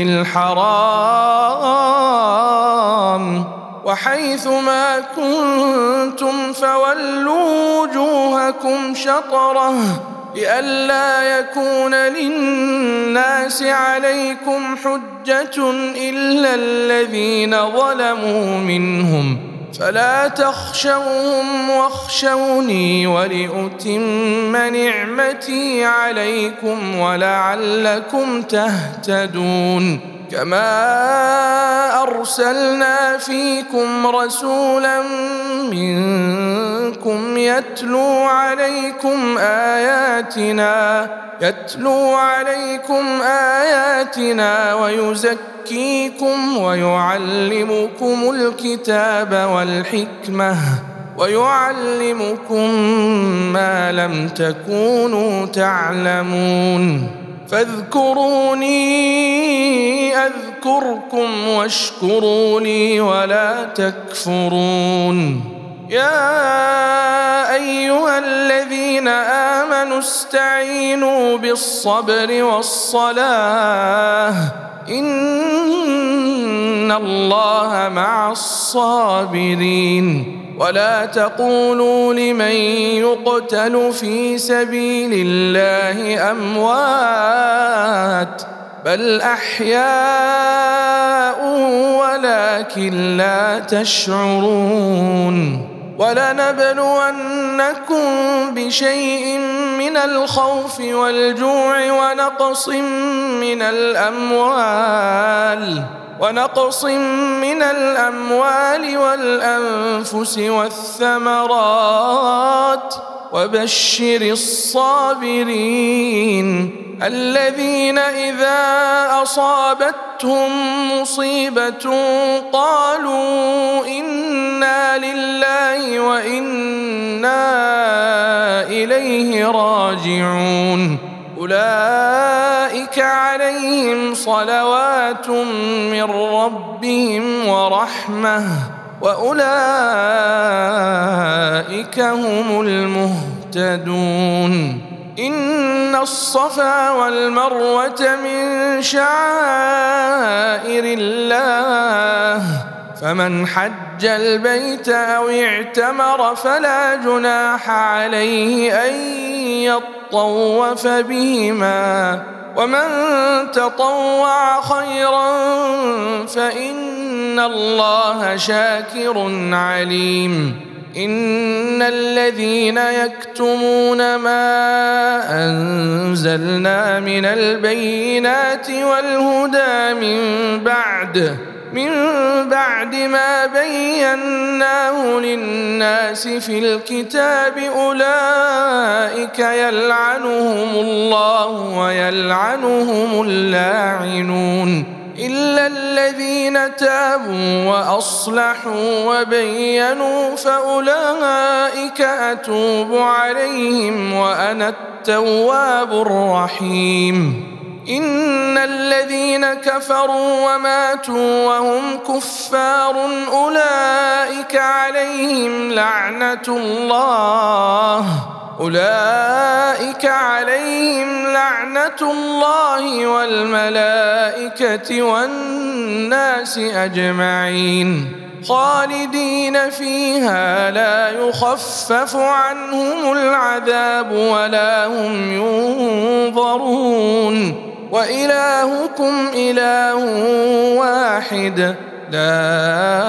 A: الحرام وحيث ما كنتم فولوا وجوهكم شطره لئلا يكون للناس عليكم حجة إلا الذين ظلموا منهم فلا تخشوهم واخشوني ولأتم نعمتي عليكم ولعلكم تهتدون كما أرسلنا فيكم رسولا منكم يتلو عليكم آياتنا ويزكيكم ويعلمكم الكتاب والحكمة ويعلمكم ما لم تكونوا تعلمون فاذكروني أذكركم واشكروا لي ولا تكفرون يا أيها الذين آمنوا استعينوا بالصبر والصلاة إن الله مع الصابرين ولا تقولوا لمن يقتل في سبيل الله أموات بل أحياء ولكن لا تشعرون ولنبلونكم بشيء من الخوف والجوع ونقص من الأموال والأنفس والثمرات وبشر الصابرين الذين إذا أصابتهم مصيبة قالوا إنا لله وإنا إليه راجعون أولئك عليهم صلوات من ربهم ورحمة وأولئك هم المهتدون إن الصفا والمروة من شعائر الله فمن حج البيت أو اعتمر فلا جناح عليه أن يطوف بهما ومن تطوع خيرا فإن الله شاكر عليم إن الذين يكتمون ما أنزلنا من البينات والهدى من بعد ما بيناه للناس في الكتاب أولئك يلعنهم الله ويلعنهم اللاعنون إلا الذين تابوا وأصلحوا وبينوا فأولئك أتوب عليهم وأنا التواب الرحيم إن الذين كفروا وماتوا وهم كفار أولئك عليهم لعنة الله والملائكة والناس أجمعين خالدين فيها لا يخفف عنهم العذاب ولا هم ينظرون وإلهكم إله واحد لا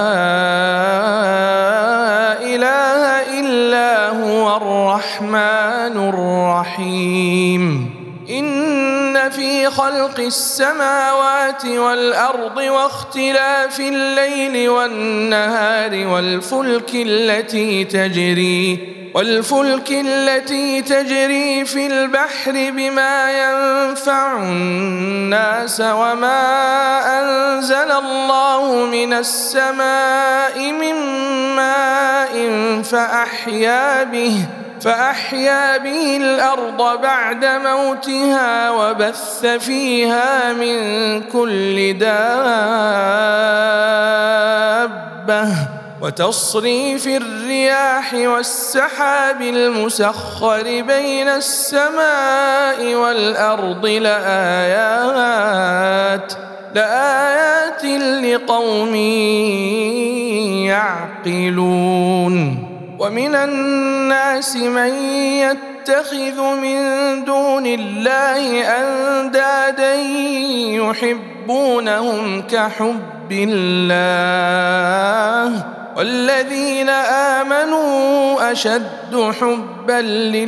A: إله إلا هو الرحمن الرحيم إن في خلق السماوات والأرض واختلاف الليل والنهار والفلك التي تجري في البحر بما ينفع الناس وما أنزل الله من السماء من ماء فأحيا به الأرض بعد موتها وبث فيها من كل دابة وتصريف الرياح والسحاب المسخر بين السماء والأرض لآيات لقوم يعقلون ومن الناس من يتخذ من دون الله أندادا يحبونهم كحب الله والذين آمنوا أشد حبا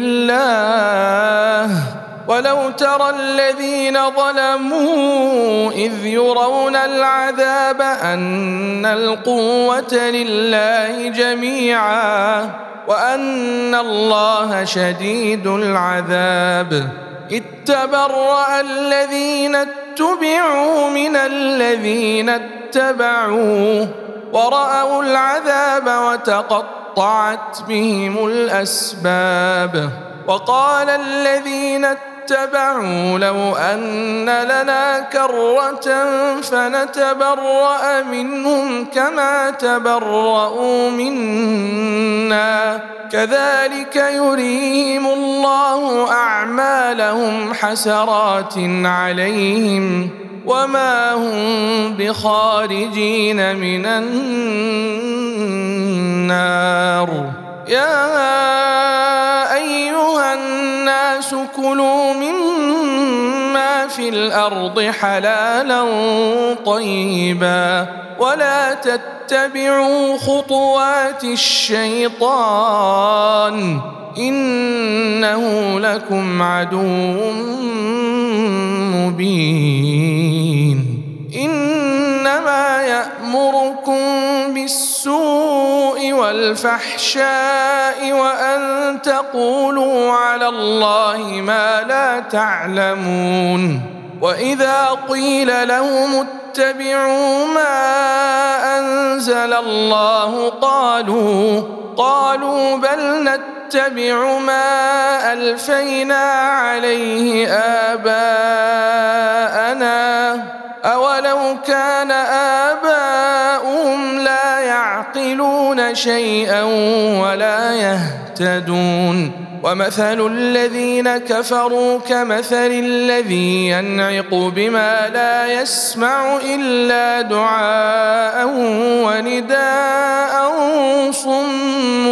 A: لله ولو ترى الذين ظلموا إذ يرون العذاب أن القوة لله جميعا وأن الله شديد العذاب إذ تبرأ الذين اتبعوا من الذين اتبعوا ورأوا العذاب وتقطعت بهم الأسباب وقال الذين اتبعوا لو أن لنا كرة فنتبرأ منهم كما تبرأوا منا كذلك يريهم الله أعمالهم حسرات عليهم وما هم بخارجين من النار يا أيها الناس كلوا مما في الأرض حلالا طيبا ولا تتبعوا خطوات الشيطان إنه لكم عدو مبين إنما يأمركم بالسوء والفحشاء وأن تقولوا على الله ما لا تعلمون وإذا قيل لهم اتبعوا ما أنزل الله قالوا بل نتبع ما ألفينا عليه آباءنا أولو كان آباؤهم لا يعقلون شيئا ولا يهتدون ومثل الذين كفروا كمثل الذي ينعق بما لا يسمع إلا دعاء ونداء صم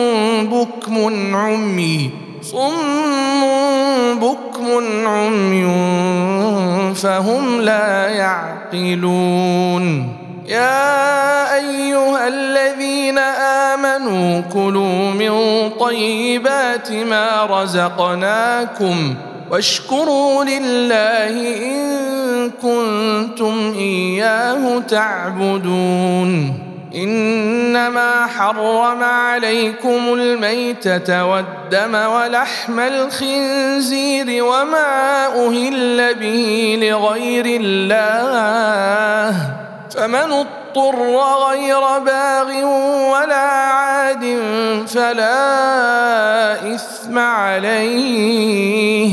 A: بكم عمي فهم لا يعقلون يا أيها الذين آمنوا كلوا من طيبات ما رزقناكم واشكروا لله إن كنتم إياه تعبدون إنما حرم عليكم الميتة والدم ولحم الخنزير وما أهل به لغير الله فمن اضطر غير باغ ولا عاد فلا إثم عليه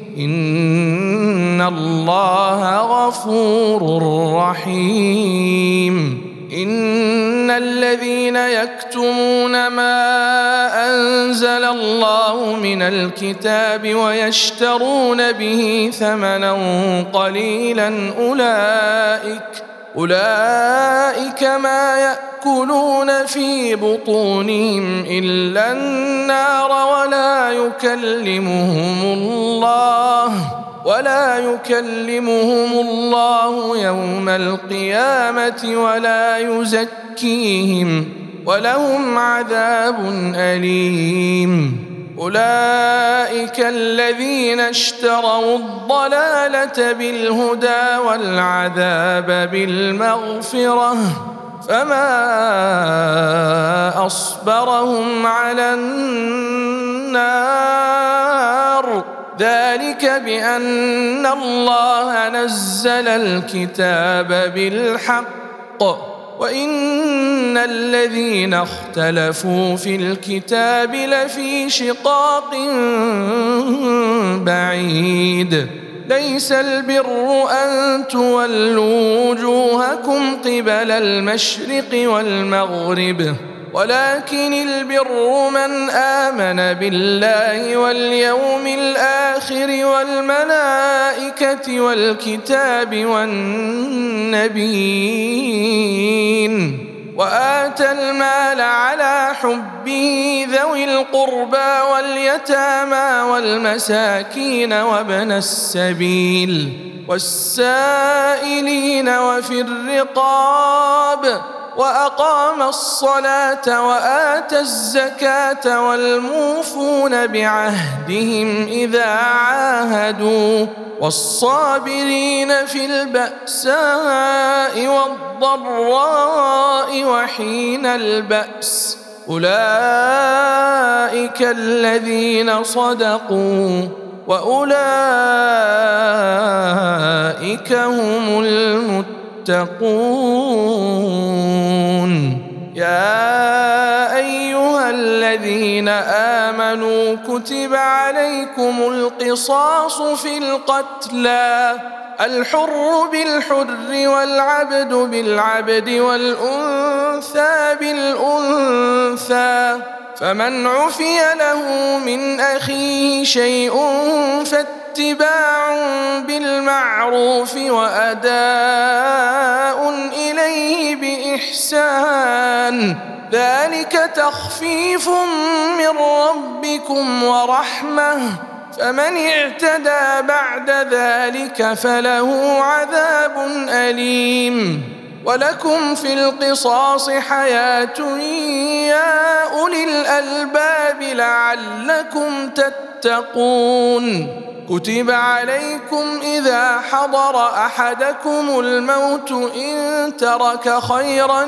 A: إن الله غفور رحيم إن الذين يكتمون ما أنزل الله من الكتاب ويشترون به ثمنا قليلا أولئك ما يأكلون في بطونهم إلا النار ولا يكلمهم الله يوم القيامة ولا يزكيهم ولهم عذاب أليم أولئك الذين اشتروا الضلالة بالهدى والعذاب بالمغفرة فما أصبرهم على النار ذلك بأن الله نزل الكتاب بالحق وإن الذين اختلفوا في الكتاب لفي شقاق بعيد ليس البر أن تولوا وجوهكم قبل المشرق والمغرب ولكن البر من آمن بالله واليوم الآخر والملائكة والكتاب والنبيين وآتى المال على حبه ذوي القربى واليتامى والمساكين وابن السبيل والسائلين وفي الرقاب وأقام الصلاة وآتى الزكاة والموفون بعهدهم إذا عاهدوا والصابرين في البأساء والضراء وحين البأس أولئك الذين صدقوا وأولئك هم المتقون يا أيها الذين آمنوا كتب عليكم القصاص في القتلى الحر بالحر والعبد بالعبد والأنثى بالأنثى فمن عفي له من أخيه شيء فاتباع بالمعروف وأداء إليه بإحسان ذلك تخفيف من ربكم ورحمة فمن اعتدى بعد ذلك فله عذاب أليم ولكم في القصاص حياة يا أولي الألباب لعلكم تتقون كتب عليكم إذا حضر أحدكم الموت إن ترك خيرا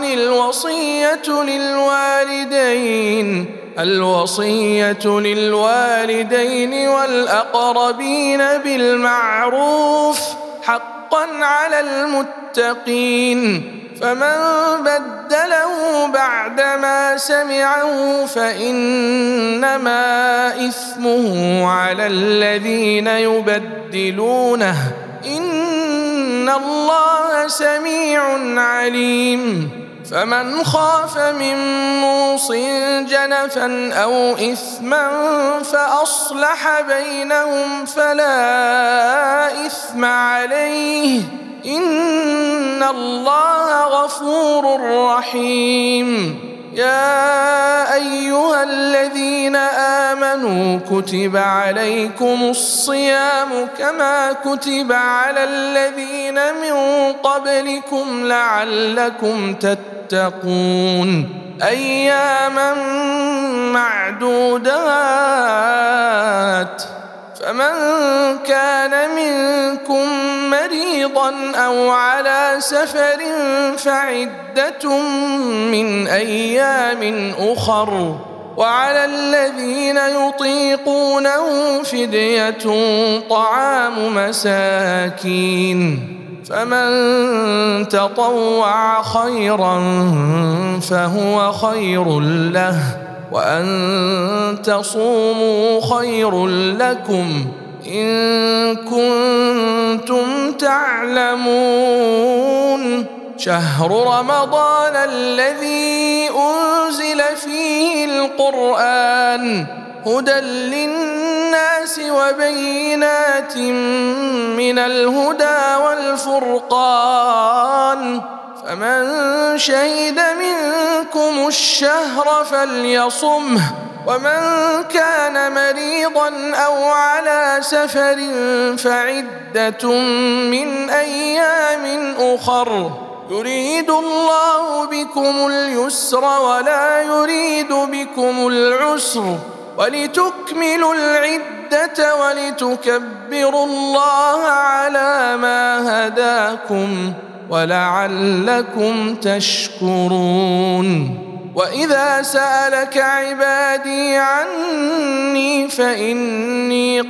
A: الوصية للوالدين والأقربين بالمعروف حقا على المتقين فمن بدله بعدما سمعه فإنما إثمه على الذين يبدلونه إن الله سميع عليم فمن خاف من موص جنفا أو إثما فأصلح بينهم فلا إثم عليه إن الله غفور رحيم يا أيها الذين آمنوا كتب عليكم الصيام كما كتب على الذين من قبلكم لعلكم تتقون أياما معدودات فمن كان منكم مريضا أو على سفر فعدة من أيام أخر وعلى الذين يطيقونه فدية طعام مساكين فمن تطوع خيرا فهو خير له وأن تصوموا خير لكم إن كنتم تعلمون شهر رمضان الذي أنزل فيه القرآن هدى للناس وبينات من الهدى والفرقان فمن شهد منكم الشهر فليصمه ومن كان مريضا أو على سفر فعدة من أيام أخر يريد الله بكم اليسر ولا يريد بكم العسر ولتكملوا العدة ولتكبروا الله على ما هداكم ولعلكم تشكرون وإذا سألك عبادي عني فإني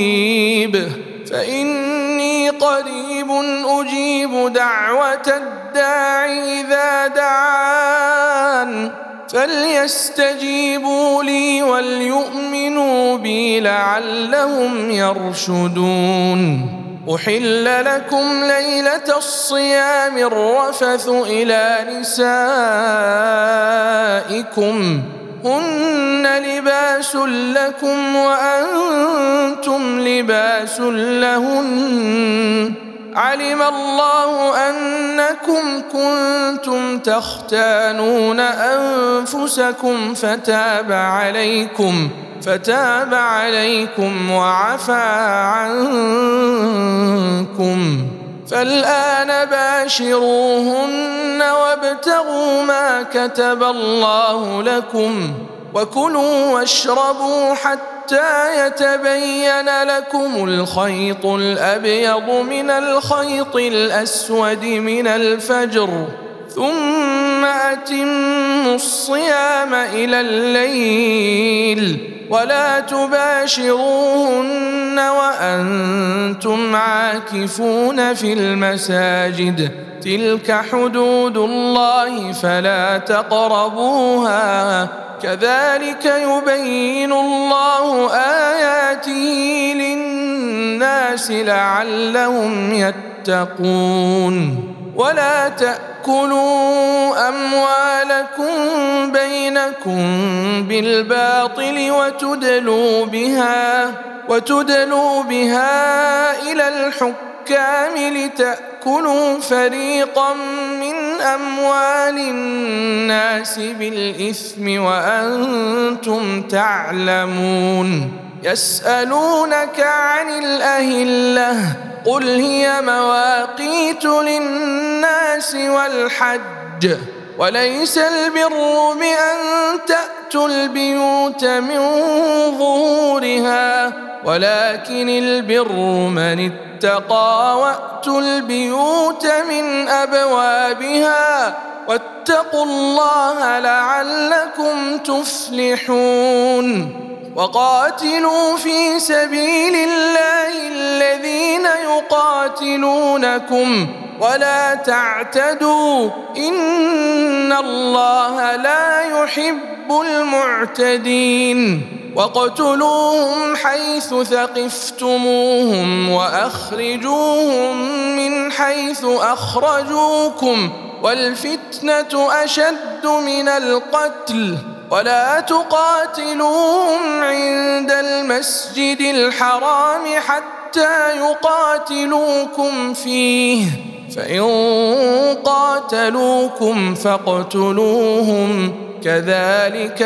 A: قريب أجيب دعوة الداع إذا دعان فليستجيبوا لي وليؤمنوا بي لعلهم يرشدون. أحل لكم ليلة الصيام الرفث إلى نسائكم هن لباس لكم وأنتم لباس لهن علم الله أنكم كنتم تختانون أنفسكم فتاب عليكم وعفى عنكم فالآن باشروهن وابتغوا ما كتب الله لكم وكلوا واشربوا حتى يتبين لكم الخيط الأبيض من الخيط الأسود من الفجر ثم أتموا الصيام إلى الليل ولا تباشروهن وأنتم عاكفون في المساجد تلك حدود الله فلا تقربوها كذلك يبين الله آياته للناس لعلهم يتقون. ولا تأكلوا أموالكم بينكم بالباطل وتدلوا بها إلى الحكام لتأكلوا فريقا من أموال الناس بالإثم وأنتم تعلمون. يسألونك عن الأهلة قل هي مواقيت للناس والحج وليس البر بأن تأتوا البيوت من ظهورها ولكن البر من اتقى وأتوا البيوت من أبوابها واتقوا الله لعلكم تفلحون. وقاتلوا في سبيل الله الذين يقاتلونكم ولا تعتدوا إن الله لا يحب المعتدين. واقتلوهم حيث ثقفتموهم وأخرجوهم من حيث أخرجوكم والفتنة أشد من القتل ولا تقاتلوهم عند المسجد الحرام حتى يقاتلوكم فيه فإن قاتلوكم فاقتلوهم كذلك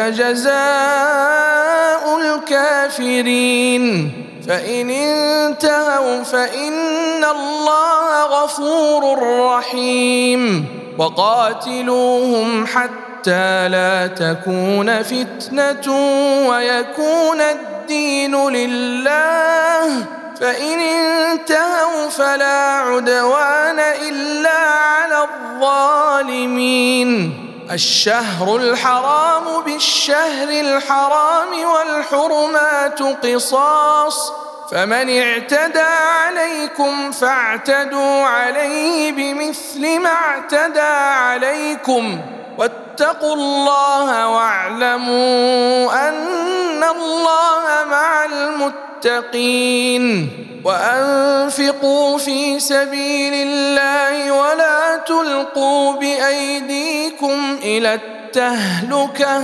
A: جزاء الكافرين. فإن انتهوا فإن الله غفور رحيم. وقاتلوهم حتى لا تكون فتنة ويكون الدين لله فإن انتهوا فلا عدوان إلا على الظالمين. الشهر الحرام بالشهر الحرام والحرمات قصاص فمن اعتدى عليكم فاعتدوا عليه بمثل ما اعتدى عليكم واتقوا الله واعلموا أن الله مع المتقين. وأنفقوا في سبيل الله ولا تلقوا بأيديكم إلى التهلكة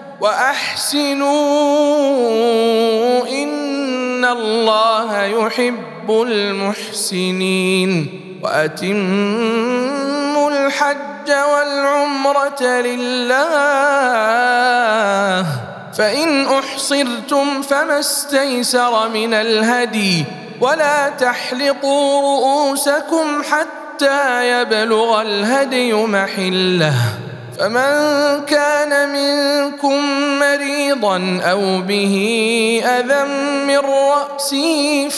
A: وأحسنوا إن الله يحب المحسنين. وأتموا الحج والعمرة لله فإن أحصرتم فما استيسر من الهدي ولا تحلقوا رؤوسكم حتى يبلغ الهدي محله فمن كان منكم مريضا أو به أذى من رأسه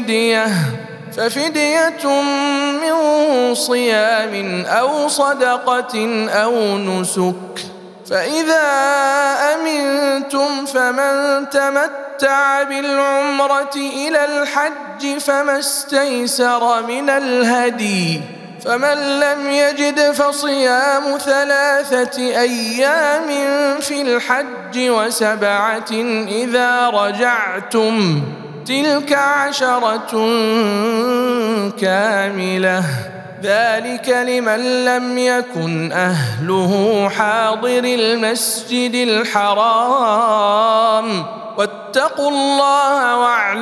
A: ففدية من صيام أو صدقة أو نسك فإذا أمنتم فمن تمتع بالعمرة إلى الحج فما استيسر من الهدي فمن لم يجد فصيام 3 أيام في الحج و7 إذا رجعتم تلك 10 كاملة ذلك لمن لم يكن أهله حاضر المسجد الحرام واتقوا الله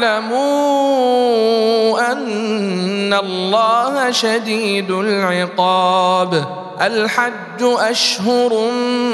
A: واعلموا أن الله شديد العقاب الحج أشهر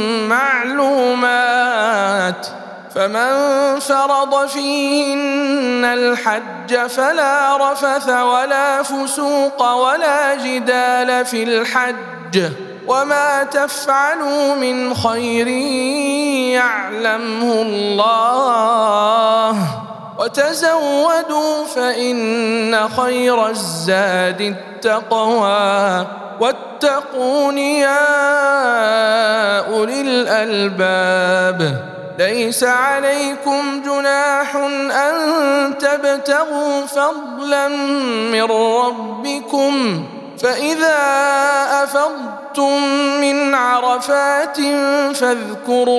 A: معلومات فمن فرض فيهن الحج فلا رفث ولا فسوق ولا جدال في الحج وما تفعلوا من خير يعلمه الله وتزودوا فإن خير الزاد التقوى واتقون يا أولي الألباب ليس عليكم جناح أن تبتغوا فضلا من ربكم فإذا أفضتم من عرفات فاذكروا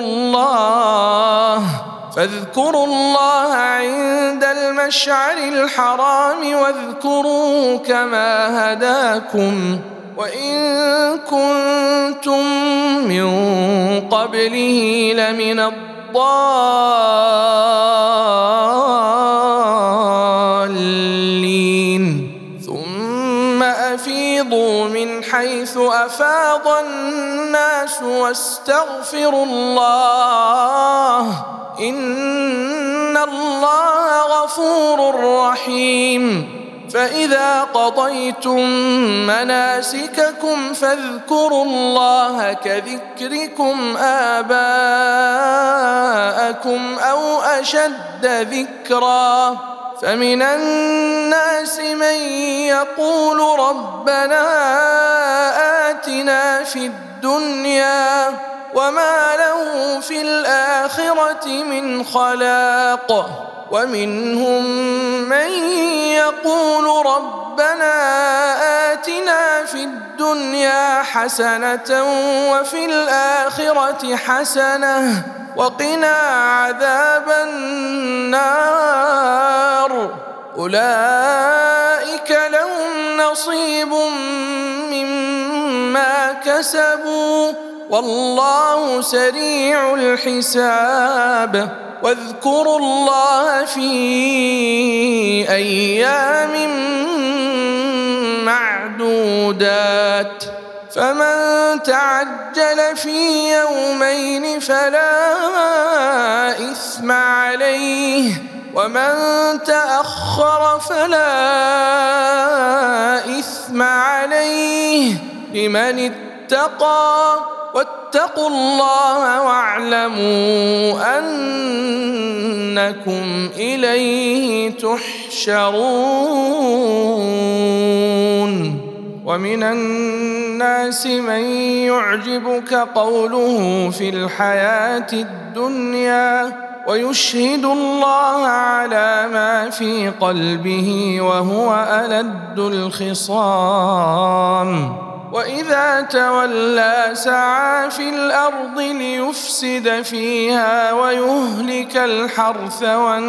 A: الله عند المشعر الحرام واذكروه كما هداكم وإن كنتم من قبله لمن الضالين ثم أفيضوا من حيث أفاض الناس واستغفروا الله إن الله غفور رحيم فإذا قضيتم مناسككم فاذكروا الله كذكركم آباءكم أو أشد ذكرا فمن الناس من يقول ربنا آتنا في الدنيا وما له في الآخرة من خلاق ومنهم من يقول ربنا آتنا في الدنيا حسنة وفي الآخرة حسنة وقنا عذاب النار أولئك لهم نصيب مما كسبوا والله سريع الحساب واذكروا الله في أيام معدودات فمن تعجل في يومين فلا إثم عليه ومن تأخر فلا إثم عليه لمن اتقى واتقوا الله واعلموا أنكم إليه تحشرون ومن الناس من يعجبك قوله في الحياة الدنيا ويشهد الله على ما في قلبه وهو ألد الخصام وإذا تولى سعى في الأرض ليفسد فيها ويهلك الحرث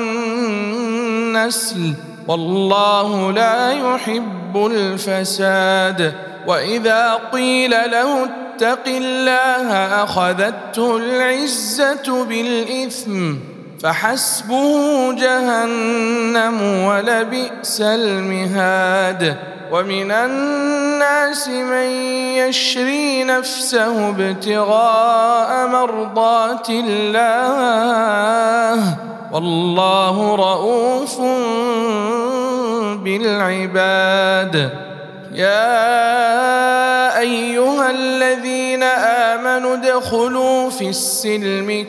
A: والنسل والله لا يحب الفساد وإذا قيل له اتق الله أخذته العزة بالإثم فحسبه جهنم ولبئس المهاد ومن الناس من يشري نفسه ابتغاء مرضات الله والله رؤوف بالعباد يا أيها الذين آمنوا ادخلوا في السلم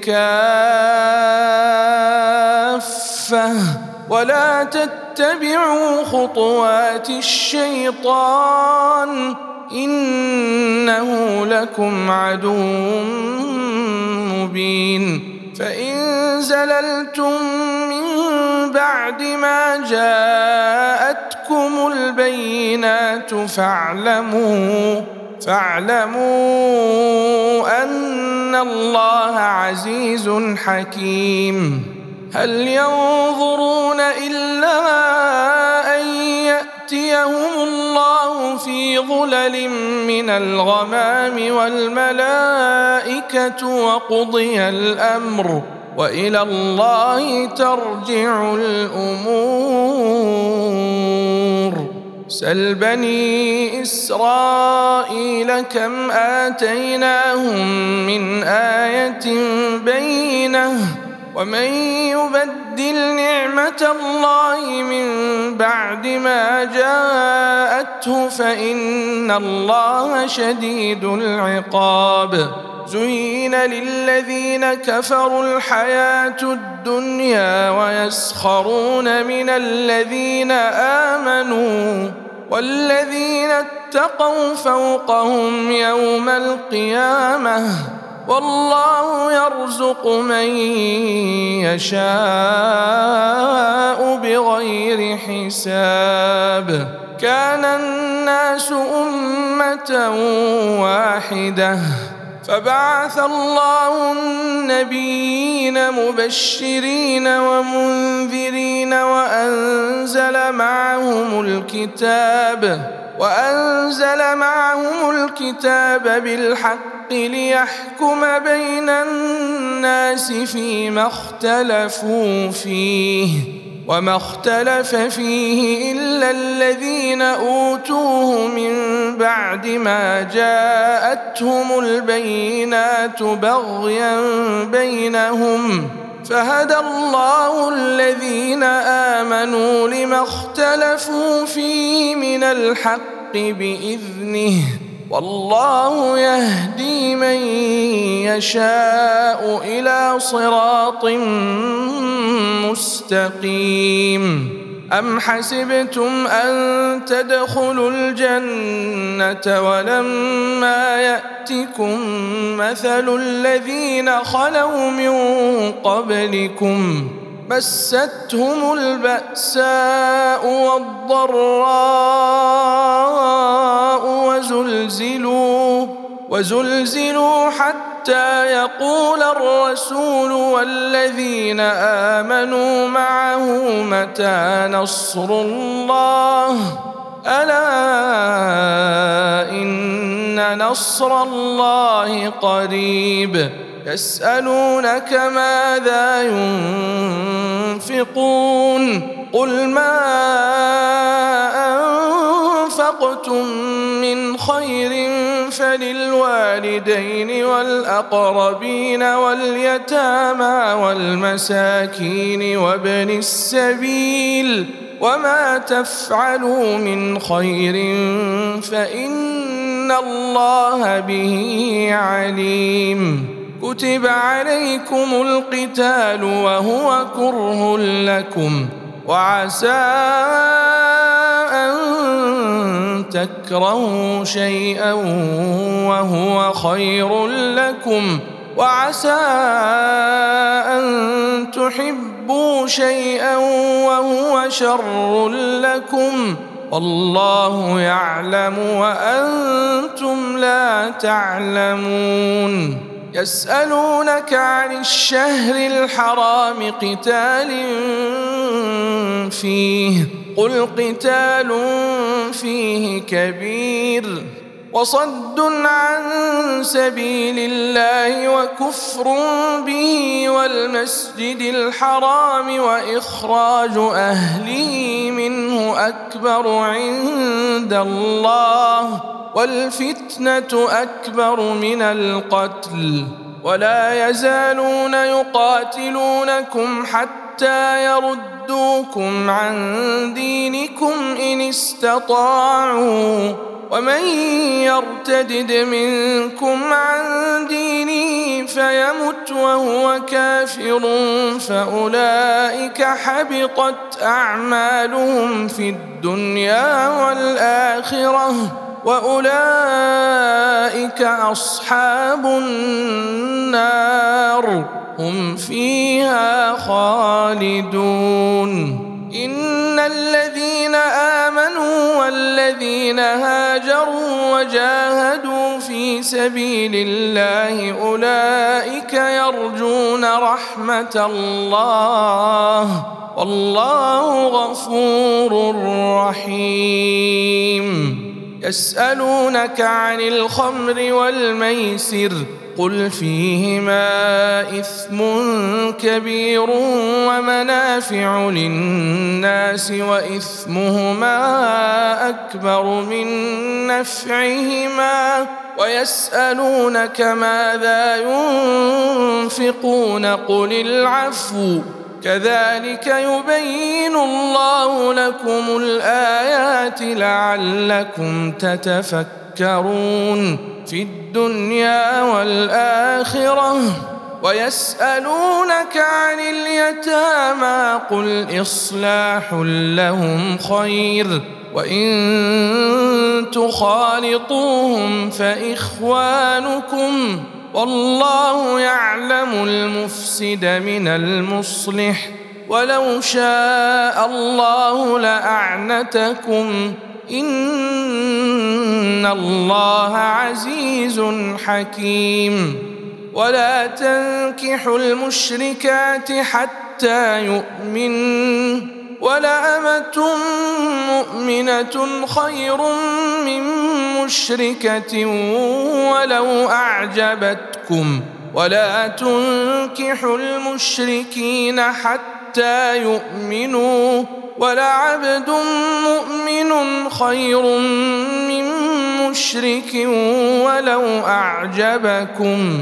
A: كافة ولا تتبعوا خطوات الشيطان إنه لكم عدو مبين فإن زللتم من بعد ما جاءتكم البينات فاعلموا أن الله عزيز حكيم. هل ينظرون إلا أن يأتيهم الله في ظلل من الغمام والملائكة وقضي الأمر وإلى الله ترجع الأمور. سل بني إسرائيل كم آتيناهم من آية بينة ومن يبدل نعمة الله من بعد ما جاءته فإن الله شديد العقاب. زين للذين كفروا الحياة الدنيا ويسخرون من الذين آمنوا والذين اتقوا فوقهم يوم القيامة والله يرزق من يشاء بغير حساب. كان الناس أمة واحدة فبعث الله النبيين مبشرين ومنذرين وأنزل معهم الكتاب بالحق ليحكم بين الناس فيما اختلفوا فيه وما اختلف فيه إلا الذين أوتوه من بعد ما جاءتهم البينات بغيا بينهم فهدى الله الذين آمنوا لما اختلفوا فيه من الحق بإذنه والله يهدي من يشاء إلى صراط مستقيم. أم حسبتم أن تدخلوا الجنة ولما يأتكم مثل الذين خلوا من قبلكم مستهم البأساء والضراء وزلزلوا حتى يقول الرسول والذين آمنوا معه متى نصر الله ألا إن نصر الله قريب. يسألونك ماذا ينفقون قل ما أنفقتم من خير فللوالدين والأقربين واليتامى والمساكين وابن السبيل وما تفعلوا من خير فإن الله به عليم. كتب عليكم القتال وهو كره لكم وعسى أن تكرهوا شيئا وهو خير لكم وعسى أن تحبوا شيئا وهو شر لكم والله يعلم وأنتم لا تعلمون. يسألونك عن الشهر الحرام قتال فيه قل قتال فيه كبير وصد عن سبيل الله وكفر به والمسجد الحرام وإخراج أهله منه أكبر عند الله والفتنة أكبر من القتل ولا يزالون يقاتلونكم حتى يردوكم عن دينكم إن استطاعوا ومن يرتدد منكم عن دينه فيمت وهو كافر فأولئك حبطت أعمالهم في الدنيا والآخرة وأولئك أصحاب النار هم فيها خالدون. إن الذين آمنوا والذين هاجروا وجاهدوا في سبيل الله أولئك يرجون رحمة الله والله غفور رحيم. يسألونك عن الخمر والميسر قل فيهما إثم كبير ومنافع للناس وإثمهما أكبر من نفعهما ويسألونك ماذا ينفقون قل العفو كذلك يبين الله لكم الآيات لعلكم تتفكرون في الدنيا والآخرة. ويسألونك عن اليتامى قل إصلاح لهم خير وإن تخالطوهم فإخوانكم والله يعلم المفسد من المصلح ولو شاء الله لأعنتكم إن الله عزيز حكيم. ولا تنكحوا المشركات حتى يؤمنوا ولأمة مؤمنة خير من مشركة ولو أعجبتكم ولا تنكحوا المشركين حتى يؤمنوا ولعبد مؤمن خير من مشرك ولو أعجبكم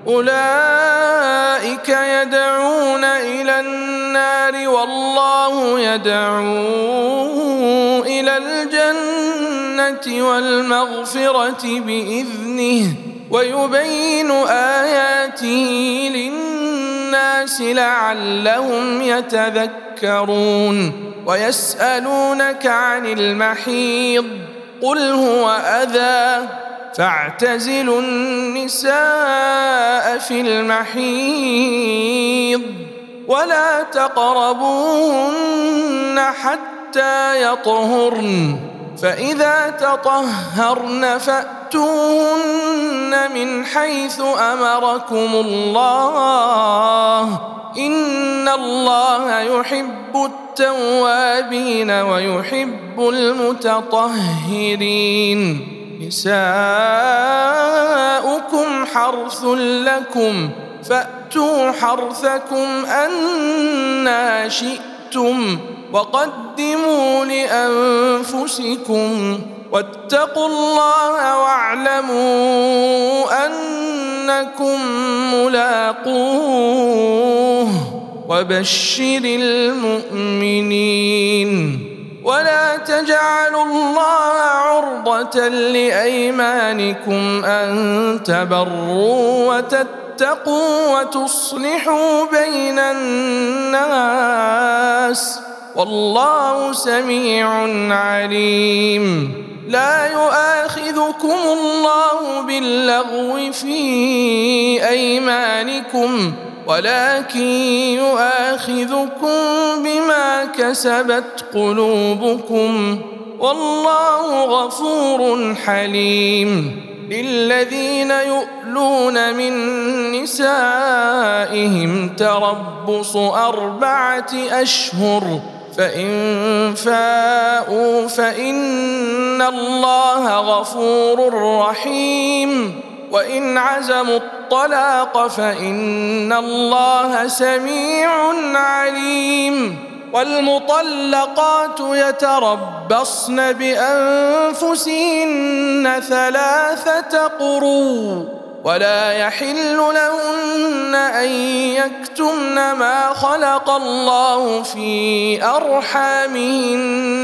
A: أولئك يدعون إلى النار والله يدعو إلى الجنة والمغفرة بإذنه ويبين آياته للناس لعلهم يتذكرون. ويسألونك عن المحيض قل هو أذى فاعتزلوا النساء في المحيض ولا تقربوهن حتى يطهرن فإذا تطهرن فأتوهن من حيث أمركم الله إن الله يحب التوابين ويحب المتطهرين. نساؤكم حرث لكم فأتوا حرثكم أنى شئتم وقدموا لأنفسكم واتقوا الله واعلموا أنكم ملاقوه وبشر المؤمنين. ولا تجعلوا الله عرضة لأيمانكم أن تبروا وتتقوا وتصلحوا بين الناس والله سميع عليم. لا يؤاخذكم الله باللغو في أيمانكم ولكن يؤاخذكم بما كسبت قلوبكم والله غفور حليم. للذين يؤلون من نسائهم تربص 4 أشهر فإن فاءوا فإن الله غفور رحيم وإن عزموا الطلاق فإن الله سميع عليم. والمطلقات يتربصن بأنفسهن 3 قروء ولا يحل لهن أن يكتمن ما خلق الله في أرحامهن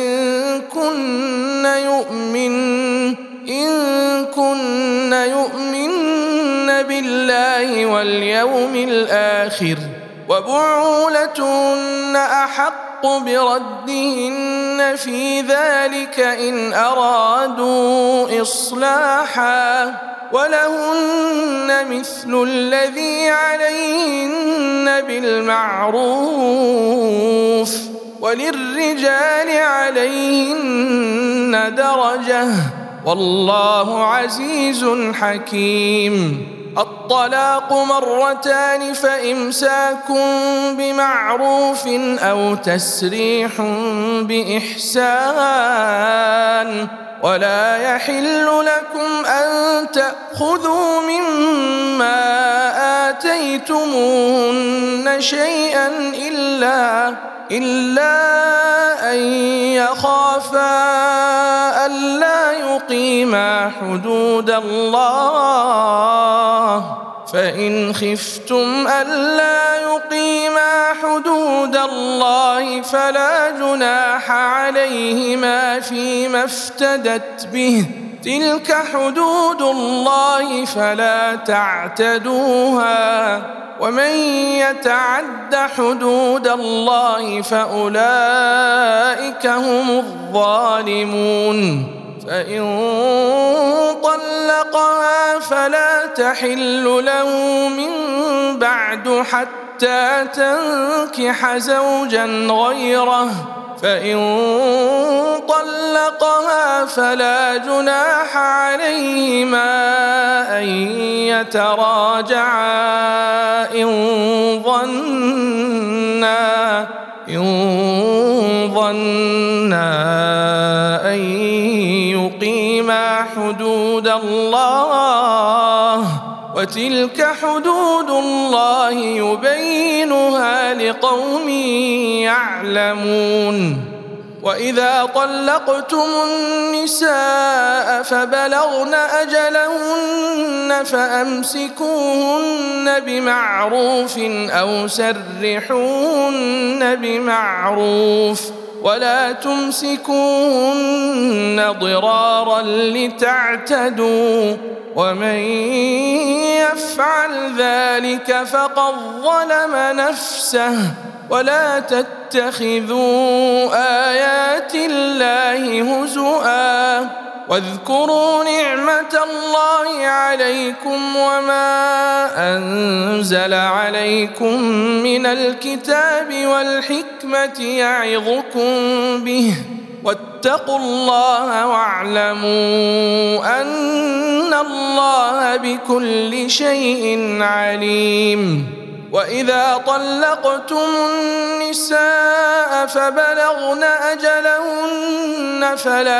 A: إن كن يؤمن بالله واليوم الآخر وبعولتهن أحق بردهن في ذلك إن أرادوا إصلاحا ولهن مثل الذي عليهن بالمعروف وللرجال عليهن درجة والله عزيز حكيم. الطلاق مرتان فإمساك بمعروف أو تسريح بإحسان ولا يحل لكم أن تأخذوا مما آتيتموهن شيئا إلا أن يخافا ألا يقيما حدود الله فإن خفتم ألا يقيما حدود الله فلا جناح عليهما فيما افتدت به تلك حدود الله فلا تعتدوها ومن يتعد حدود الله فأولئك هم الظالمون. فإن طلقها فلا تحل له من بعد حتى تنكح زوجا غيره فإن طلقها فلا جناح عليهما أن يتراجعا إن ظنا أن يقيما حدود الله وتلك حدود الله يبينها لقوم يعلمون. وإذا طلقتم النساء فبلغن أجلهن فأمسكوهن بمعروف أو سرحوهن بمعروف ولا تمسكوهن ضرارا لتعتدوا ومن يفعل ذلك فقد ظلم نفسه ولا تتخذوا آيات الله هزؤا واذكروا نعمة الله عليكم وما أنزل عليكم من الكتاب والحكمة يعظكم به واتقوا الله واعلموا أن الله بكل شيء عليم. وإذا طلقتم النساء فبلغن أجلهن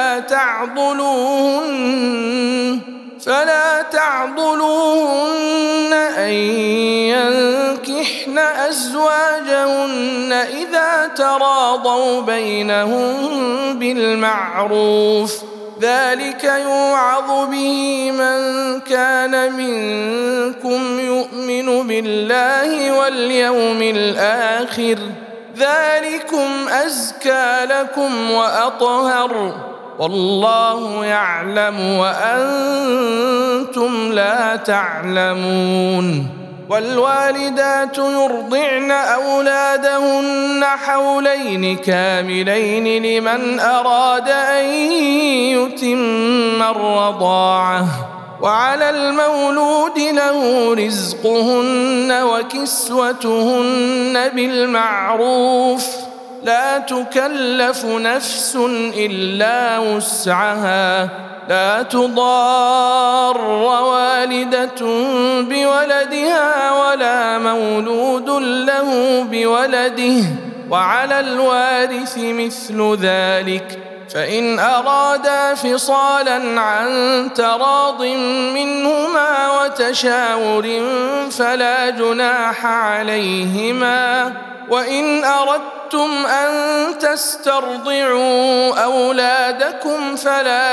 A: فلا تعضلوهن أن ينكحن أزواجهن إذا تراضوا بينهم بالمعروف ذلك يوعظ به من كان منكم يؤمن بالله واليوم الآخر ذلكم أزكى لكم وأطهر والله يعلم وأنتم لا تعلمون. والوالدات يرضعن أولادهن حولين كاملين لمن أراد أن يتم الرضاعة وعلى المولود له رزقهن وكسوتهن بالمعروف لا تكلف نفس إلا وسعها لا تضار والدة بولدها ولا مولود له بولده وعلى الوارث مثل ذلك فإن أرادا فصالا عن تراض منهما وتشاور فلا جناح عليهما وإن أردتم أن تسترضعوا أولادكم فلا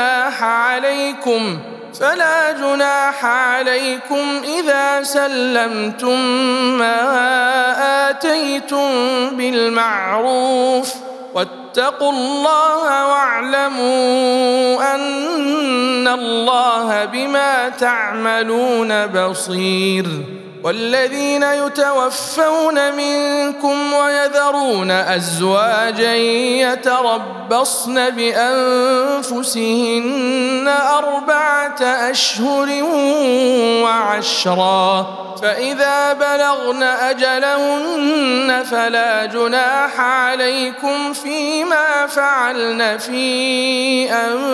A: جناح عليكم إذا سلمتم ما آتيتم بالمعروف واتقوا الله واعلموا أن الله بما تعملون بصير. والذين يتوفون منكم ويذرون أزواجا يتربصن بأنفسهن 4 أشهر وعشرا، فإذا بلغن أجلهن فلا جناح عليكم فيما فعلن في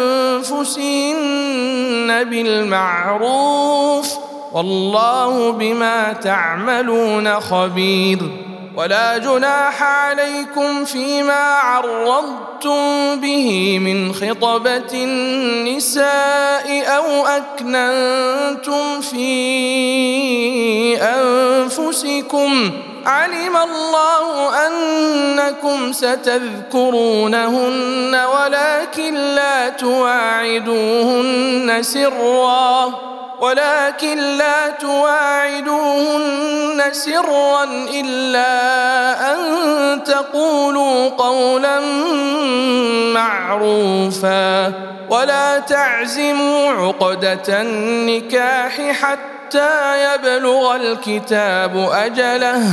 A: أنفسهن بالمعروف، والله بما تعملون خبير. ولا جناح عليكم فيما عرضتم به من خطبة النساء أو أكننتم في أنفسكم، علم الله أنكم ستذكرونهن ولكن لا تواعدوهن سرا إلا أن تقولوا قولا معروفا، ولا تعزموا عقدة النكاح حتى يبلغ الكتاب أجله،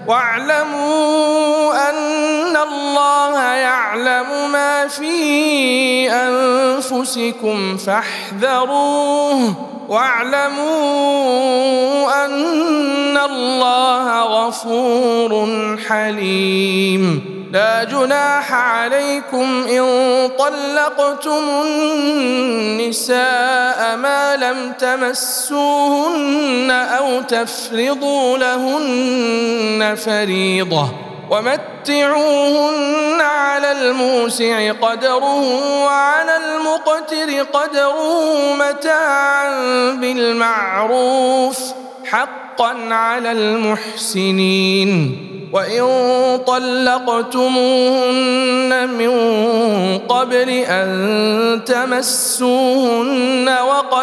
A: واعلموا أن الله يعلم ما في أنفسكم فاحذروه، واعلموا أن الله غفور حليم. لا جناح عليكم إن طلقتم النساء ما لم تمسوهن أو تفرضوا لهن فريضة، ومتعوهن على الموسع قدره وعلى المقتر قدره متاعا بالمعروف حقا على المحسنين. وإن طلقتموهن من قبل أن تمسوهن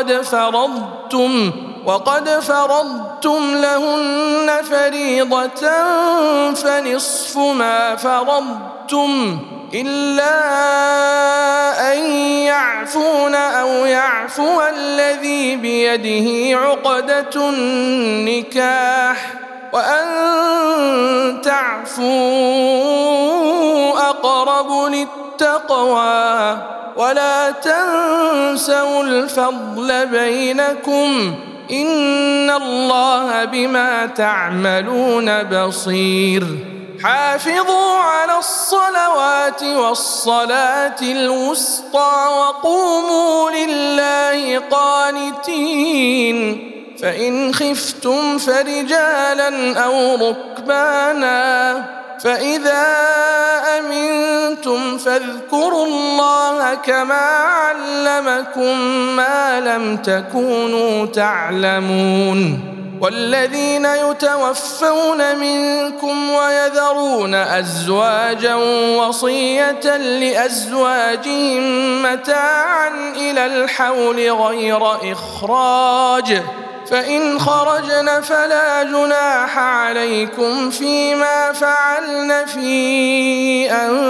A: وقد فرضتم لهن فريضة فنصف ما فرضتم إلا أن يعفون أو يعفو الذي بيده عقدة النكاح، وأن تعفوا أقرب للتقوى، ولا تنسوا الفضل بينكم، إن الله بما تعملون بصير. حافظوا على الصلوات والصلاة الوسطى وقوموا لله قانتين، فإن خفتم فرجالا أو ركبانا، فإذا أمنتم فاذكروا الله كما علمكم ما لم تكونوا تعلمون. والذين يتوفون منكم ويذرون أزواجا وصية لأزواجهم متاعا إلى الحول غير إخراج، فإن خرجن فلا جناح عليكم فيما فعلن في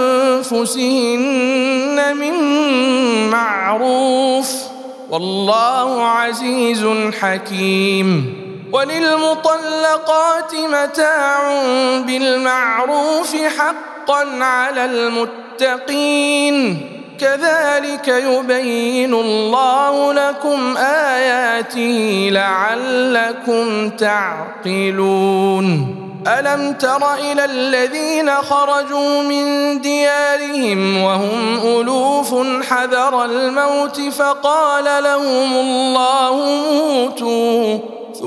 A: أنفسهن من معروف، والله عزيز حكيم. وللمطلقات متاع بالمعروف حقا على المتقين، كذلك يبين الله لكم آياته لعلكم تعقلون. ألم تر إلى الذين خرجوا من ديارهم وهم ألوف حذر الموت فقال لهم الله موتوا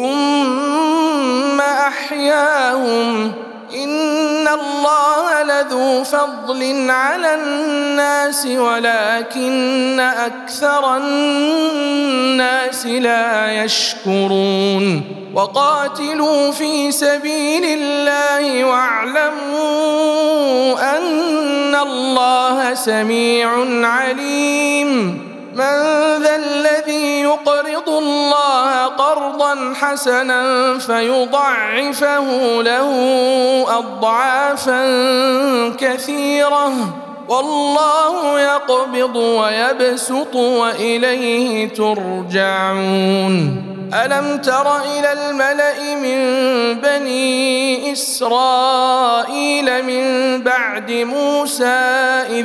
A: ثم أحياهم، إن الله لذو فضل على الناس ولكن أكثر الناس لا يشكرون. وقاتلوا في سبيل الله واعلموا أن الله سميع عليم. من ذا الذي يقرض الله قرضا حسنا فيضاعفه له أضعافا كثيرة، والله يقبض ويبسط وإليه ترجعون. ألم تر إلى الملأ من بني إسرائيل من بعد موسى إذ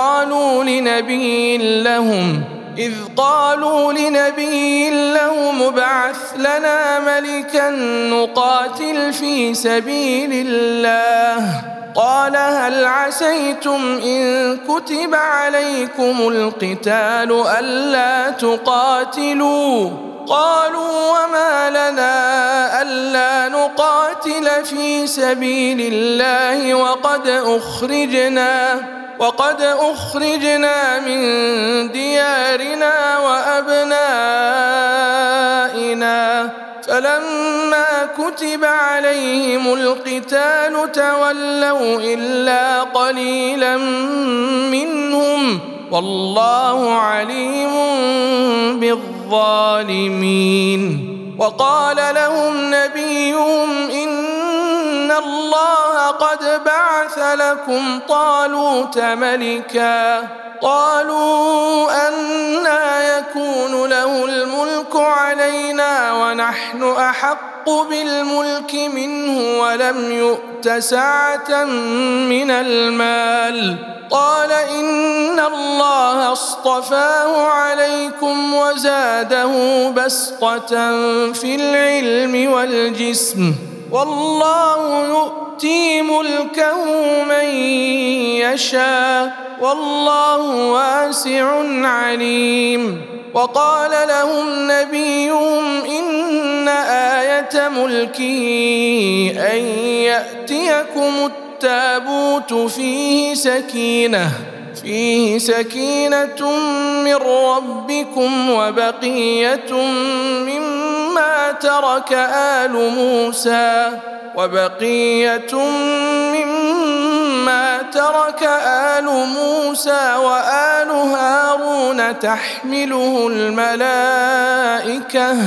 A: قالوا لنبي لهم ابعث لنا ملكا نقاتل في سبيل الله قال هل عسيتم إن كتب عليكم القتال ألا تقاتلوا قالوا وما لنا ألا نقاتل في سبيل الله وقد أخرجنا من ديارنا وأبنائنا فلما كتب عليهم القتال تولوا إلا قليلا منهم والله عليم بالظالمين وقال لهم نبيهم إن الله قد بعث لكم طالوت ملكا قالوا أنى يكون له الملك علينا ونحن أحق بالملك منه ولم يؤت سعة من المال قال إن الله اصطفاه عليكم وزاده بسطة في العلم والجسم والله يؤتي ملكه من يشاء والله واسع عليم وقال لهم نبيهم إن آية ملكه أن يأتيكم التابوت فيه سكينة من ربكم وبقية مما ترك آل موسى وآل هارون تحمله الملائكة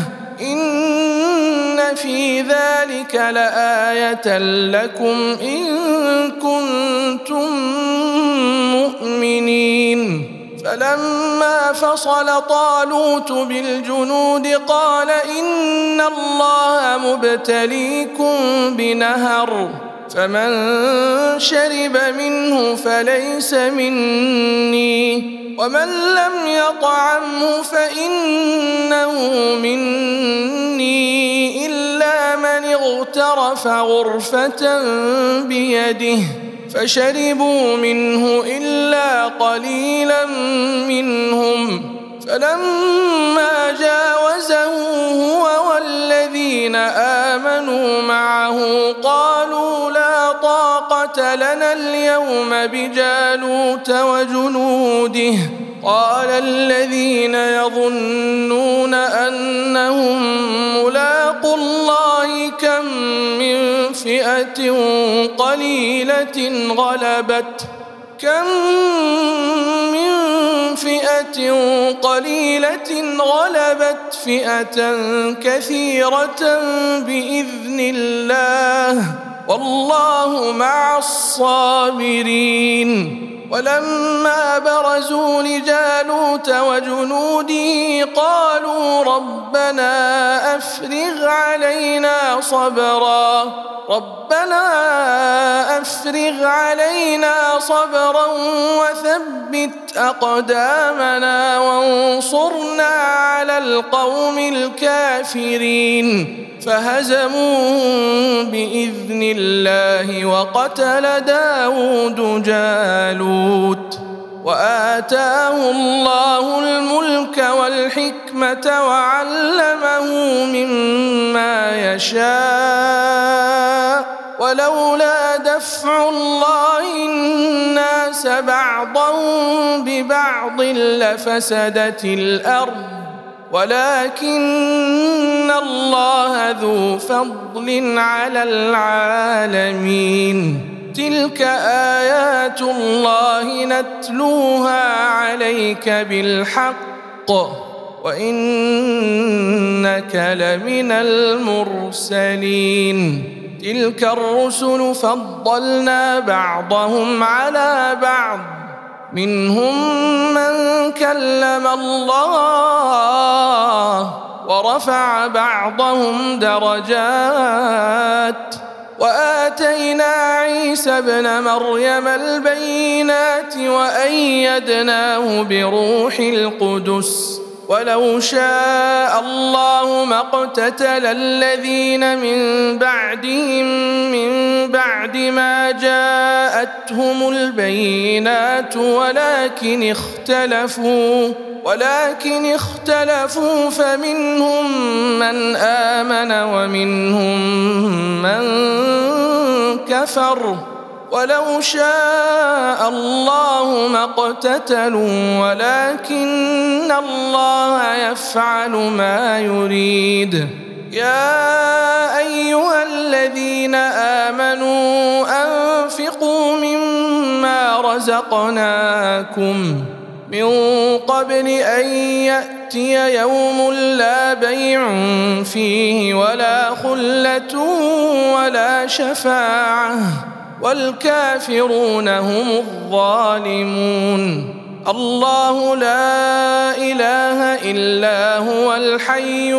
A: إن في ذلك لآية لكم إن كنتم مؤمنين فلما فصل طالوت بالجنود قال إن الله مبتليكم بنهر فمن شرب منه فليس مني ومن لم يطعمه فإنه مني إلا من اغترف غرفة بيده فشربوا منه إلا قليلا منهم فلما جاوزه هو والذين آمنوا معه قالوا لا طاقة لنا اليوم بجالوت وجنوده قال الذين يظنون أنهم ملاقو الله كم من فئة قليلة غلبت فئة كثيرة بإذن الله والله مع الصابرين ولما برزوا لجالوت وجنوده قالوا ربنا أفرغ علينا صبرا وثبت أقدامنا وانصرنا على القوم الكافرين فهزموهم بإذن الله وقتل داود جالوت وآتاه الله الملك والحكمة وعلمه مما يشاء ولولا دفع الله الناس بعضهم ببعض لفسدت الأرض ولكن الله ذو فضل على العالمين تلك آيات الله نتلوها عليك بالحق وإنك لمن المرسلين تلك الرسل فضلنا بعضهم على بعض منهم من كلم الله ورفع بعضهم درجات وآتينا عيسى ابن مريم البينات وأيدناه بروح القدس ولو شاء الله ما اقتتل الذين من بعدهم من بعد ما جاءتهم البينات ولكن اختلفوا فمنهم من آمن ومنهم من كفر ولو شاء الله ما اقتتلوا ولكن الله يفعل ما يريد. يا أيها الذين آمنوا أنفقوا مما رزقناكم من قبل أن يأتي يوم لا بيع فيه ولا خلة ولا شفاعة والكافرون هم الظالمون. الله لا إله إلا هو الحي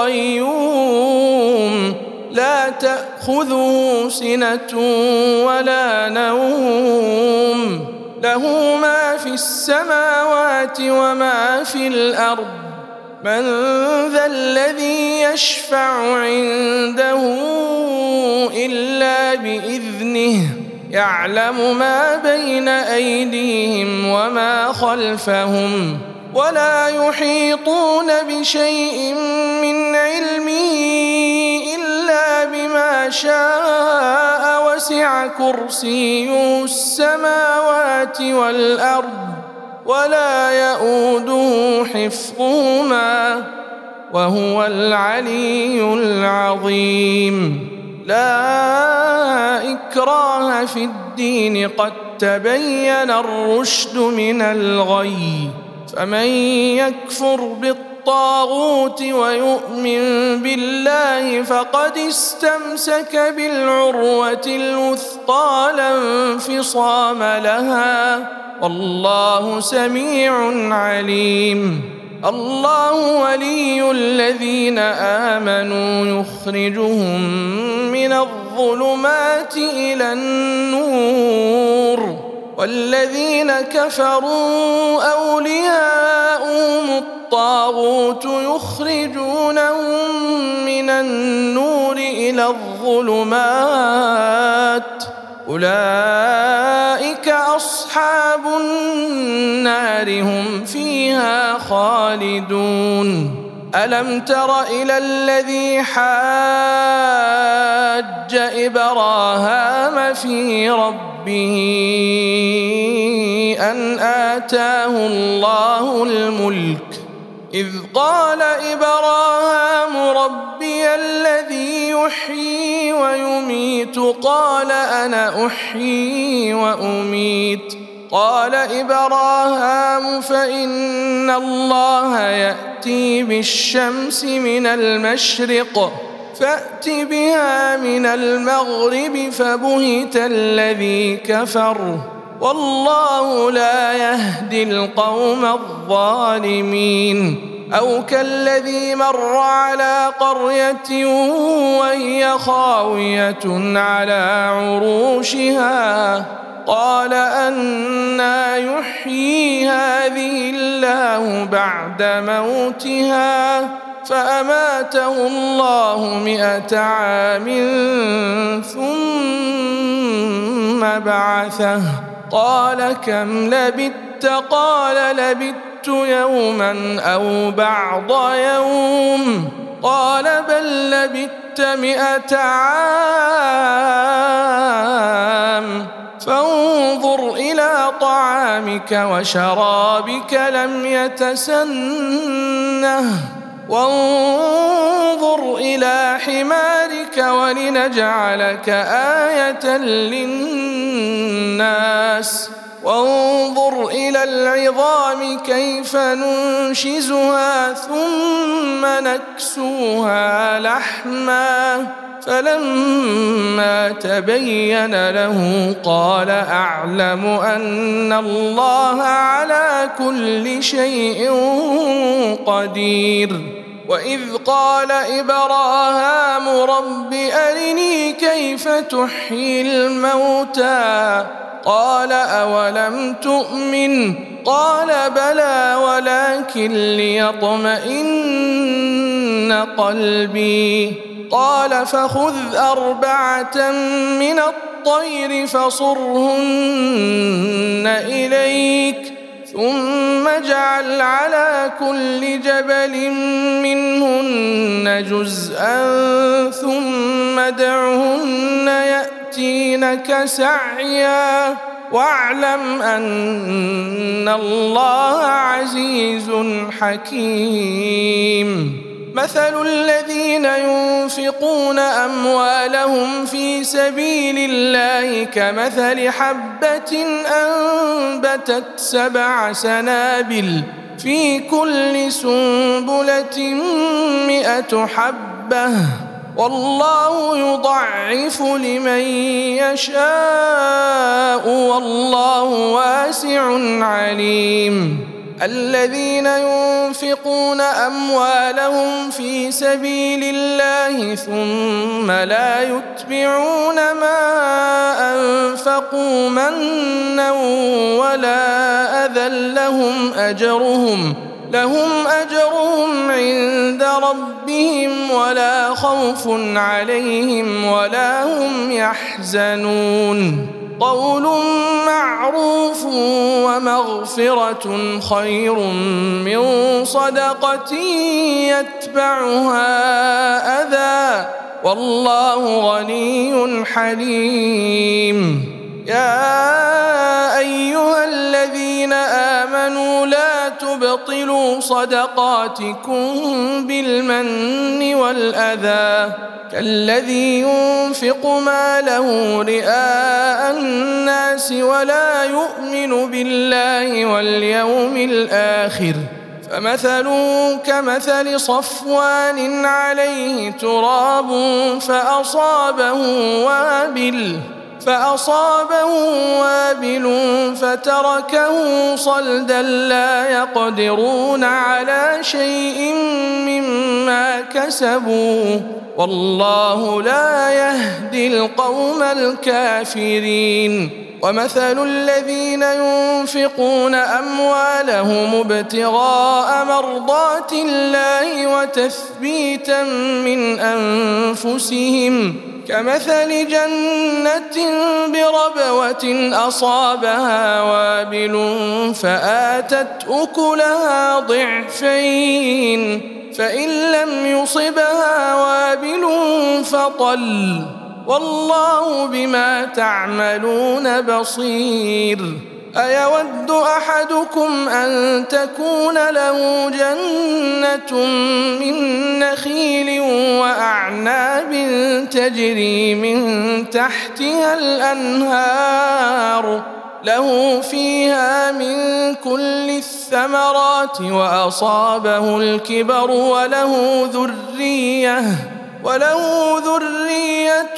A: القيوم لا تأخذه سنة ولا نوم له ما في السماوات وما في الأرض من ذا الذي يشفع عنده إلا بإذنه يعلم ما بين أيديهم وما خلفهم ولا يحيطون بشيء من علمه إلا بما شاء وسع كرسيه السماوات والأرض ولا يؤوده حفظهما وهو العلي العظيم. لا إكراه في الدين قد تبين الرشد من الغي فمن يكفر بالطاغوت ويؤمن بالله فقد استمسك بالعروة الوثقى لا انفصام لها والله سميع عليم. الله ولي الذين آمنوا يخرجهم من الظلمات إلى النور والذين كفروا أولياؤهم الطاغوت يخرجونهم من النور إلى الظلمات أولئك أصحاب النار هم فيها خالدون. ألم تر إلى الذي حاج إبراهام في ربه أن آتاه الله الملك إذ قال إبراهام ربي الذي يحيي ويميت قال أنا أحيي وأميت قال إبراهام فإن الله يأتي بالشمس من المشرق فأت بها من المغرب فبهت الذي كفر والله لا يهدي القوم الظالمين. أو كالذي مر على قرية وهي خاوية على عروشها قال أنى يحيي هذه الله بعد موتها فأماته الله 100 عام ثم بعثه قال كم لبثت قال لبثت يوما أو بعض يوم قال بل لبثت 100 عام فانظر إلى طعامك وشرابك لم يتسنه وانظر إلى حمارك ولنجعلك آية للناس وانظر إلى العظام كيف ننشزها ثم نكسوها لحما فلما تبين له قال أعلم أن الله على كل شيء قدير. وإذ قال إبراهام رب أرني كيف تحيي الموتى قال أولم تؤمن قال بلى ولكن ليطمئن قلبي قال فخذ 4 من الطير فصرهن إليك ثم اجعل على كل جبل منهن جزءا ثم ادعهن يأتينك سعيا واعلم أن الله عزيز حكيم مثل الذين ينفقون أموالهم في سبيل الله كمثل حبة أنبتت 7 سنابل في كل سنبلة 100 حبة والله يضعف لمن يشاء والله واسع عليم الذين ينفقون أموالهم في سبيل الله ثم لا يتبعون ما أنفقوا منا ولا أذى لهم أجرهم عند ربهم ولا خوف عليهم ولا هم يحزنون قول معروف ومغفرة خير من صدقة يتبعها أذى والله غني حليم يا أيها الذين آمنوا لا تبطلوا صدقاتكم بالمن والأذى كالذي ينفق ماله رئاء الناس ولا يؤمن بالله واليوم الآخر فمثله كمثل صفوان عليه تراب فأصابه وابل فتركه صلدا لا يقدرون على شيء مما كسبوا والله لا يهدي القوم الكافرين ومثل الذين ينفقون أموالهم ابتغاء مرضات الله وتثبيتا من أنفسهم كمثل جنة بربوة أصابها وابل فآتت أكلها ضعفين فإن لم يصبها وابل فطل والله بما تعملون بصير أيود أحدكم أن تكون له جنة من نخيل وأعناب تجري من تحتها الأنهار له فيها من كل الثمرات وأصابه الكبر وله ذرية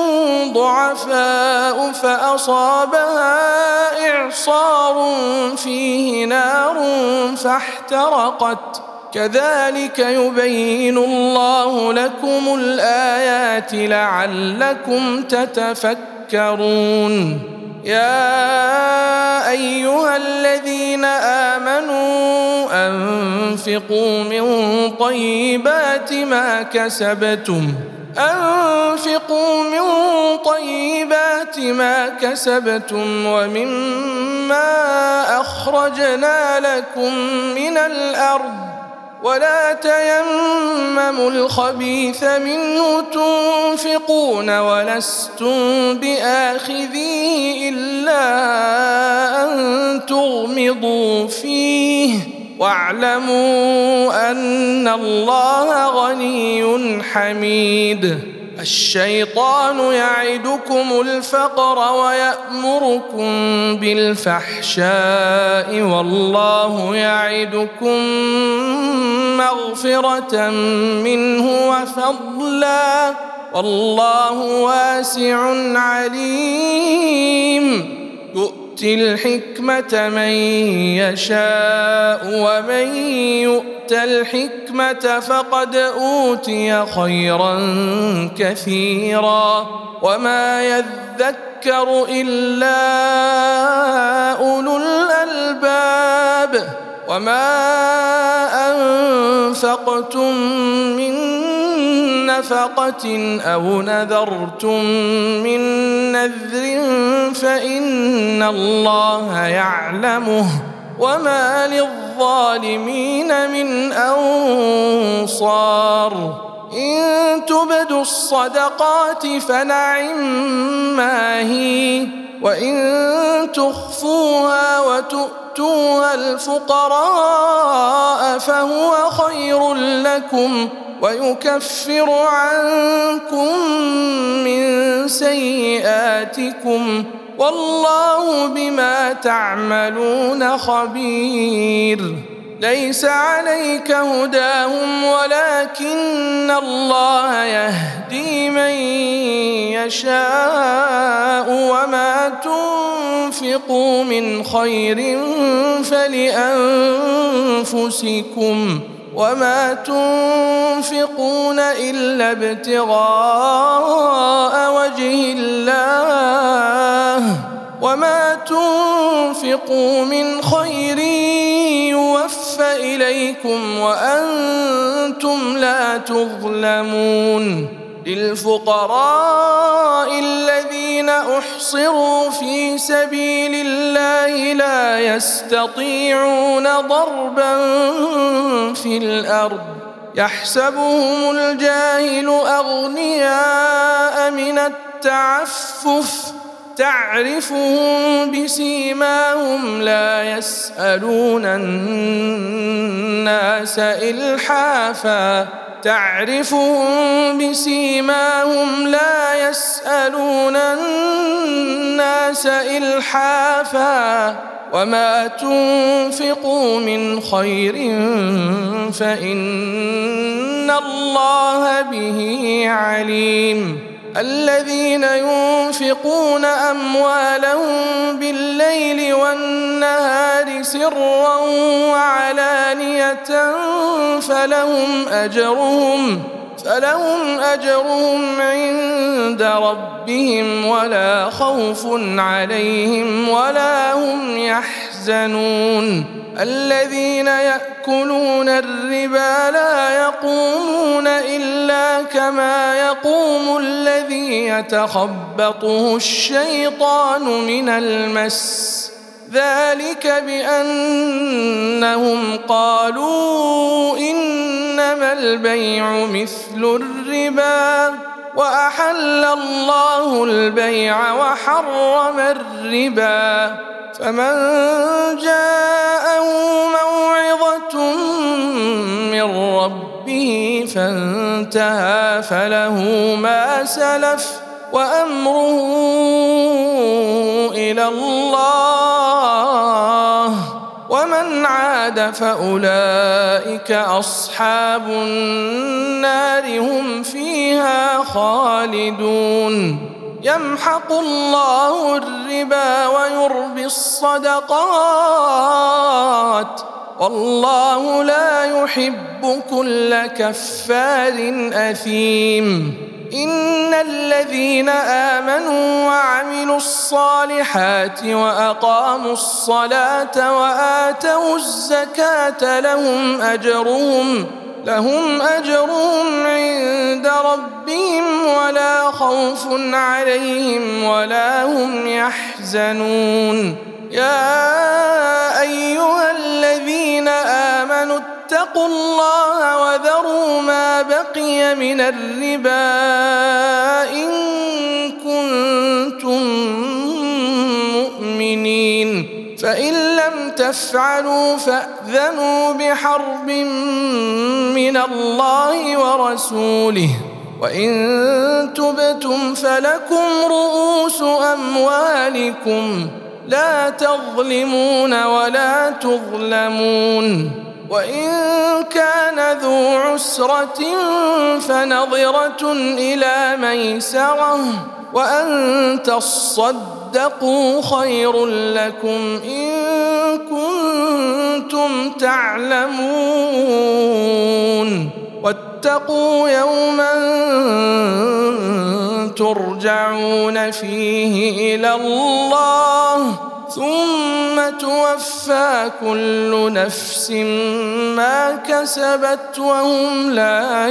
A: ضعفاء فأصابها إعصار فيه نار فاحترقت كذلك يبين الله لكم الآيات لعلكم تتفكرون يا أيها الذين آمنوا أنفقوا من طيبات ما كسبتم ومما أخرجنا لكم من الأرض ولا تيمموا الخبيث منه تنفقون ولستم بآخذيه إلا أن تغمضوا فيه واعلموا أن الله غني حميد الشيطان يعدكم الفقر ويأمركم بالفحشاء والله يعدكم مغفرة منه وفضلا والله واسع عليم يؤتي الحكمة من يشاء ومن يؤت يؤت الحكمة فقد أوتي خيرا كثيرا وما يذكر إلا أولو الألباب وما أنفقتم من نفقة أو نذرتم من نذر فإن الله يعلمه وما للظالمين من أنصار إن تبدوا الصدقات فنعما هي وإن تخفوها وتؤتوها الفقراء فهو خير لكم ويكفر عنكم من سيئاتكم والله بما تعملون خبير ليس عليك هداهم ولكن الله يهدي من يشاء وما تنفقوا من خير فلأنفسكم وما تنفقون إلا ابتغاء وجه الله وما تنفقوا من خير يوفى إليكم وأنتم لا تظلمون للفقراء الذين أحصروا في سبيل الله لا يستطيعون ضربا في الأرض يحسبهم الجاهل أغنياء من التعفف تعرفهم بسيماهم لا يسألون الناس إلحافا وما تنفقوا من خير فإن الله به عليم الذين ينفقون أموالهم بالليل والنهار سرا وعلانية فلهم أجرهم عند ربهم ولا خوف عليهم ولا هم يحزنون الذين يأكلون الربا لا يقومون إلا كما يقوم الذي يتخبطه الشيطان من المس ذلك بأنهم قالوا إنما البيع مثل الربا وأحل الله البيع وحرم الربا فمن جاءه موعظة من ربه فانتهى فله ما سلف وأمره إلى الله ومن عاد فأولئك أصحاب النار هم فيها خالدون يمحق الله الربا ويربي الصدقات والله لا يحب كل كفار أثيم إن الذين آمنوا وعملوا الصالحات وأقاموا الصلاة وآتوا الزكاة لهم أجرهم عند ربهم ولا خوف عليهم ولا هم يحزنون يا أيها الذين آمنوا اتقوا الله وذروا ما بقي من الربا إن كنتم مؤمنين فإن لم تفعلوا فأذنوا بحرب من الله ورسوله وإن تبتم فلكم رؤوس أموالكم لا تظلمون ولا تظلمون وإن كان ذو عسرة فنظرة إلى ميسرة وأن تصدقوا خير لكم إن كنتم كنتم تعلمون واتقوا يوما ترجعون فيه إلى الله ثم توفى كل نفس ما كسبت وهم لا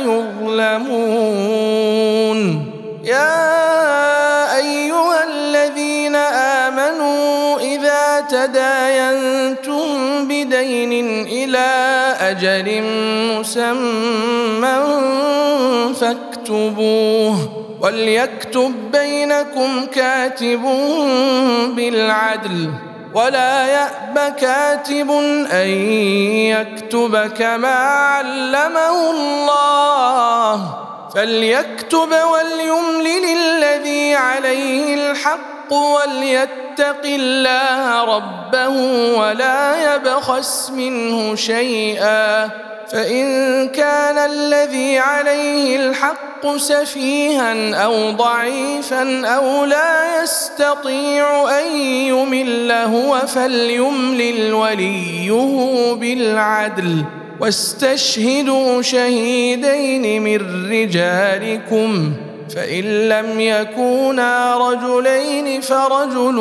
A: يظلمون. يا أيها الذين آمنوا إذا تداينتم بدين إلى أجل مسمى فاكتبوه وليكتب بينكم كاتب بالعدل ولا يأب كاتب أن يكتب كما علمه الله فليكتب وليملل الذي عليه الحق وليتق الله ربه ولا يبخس منه شيئا فإن كان الذي عليه الحق سفيها أو ضعيفا أو لا يستطيع أن يمل هو فليملل وليه بالعدل واستشهدوا شهيدين من رجالكم فإن لم يكونا رجلين فرجل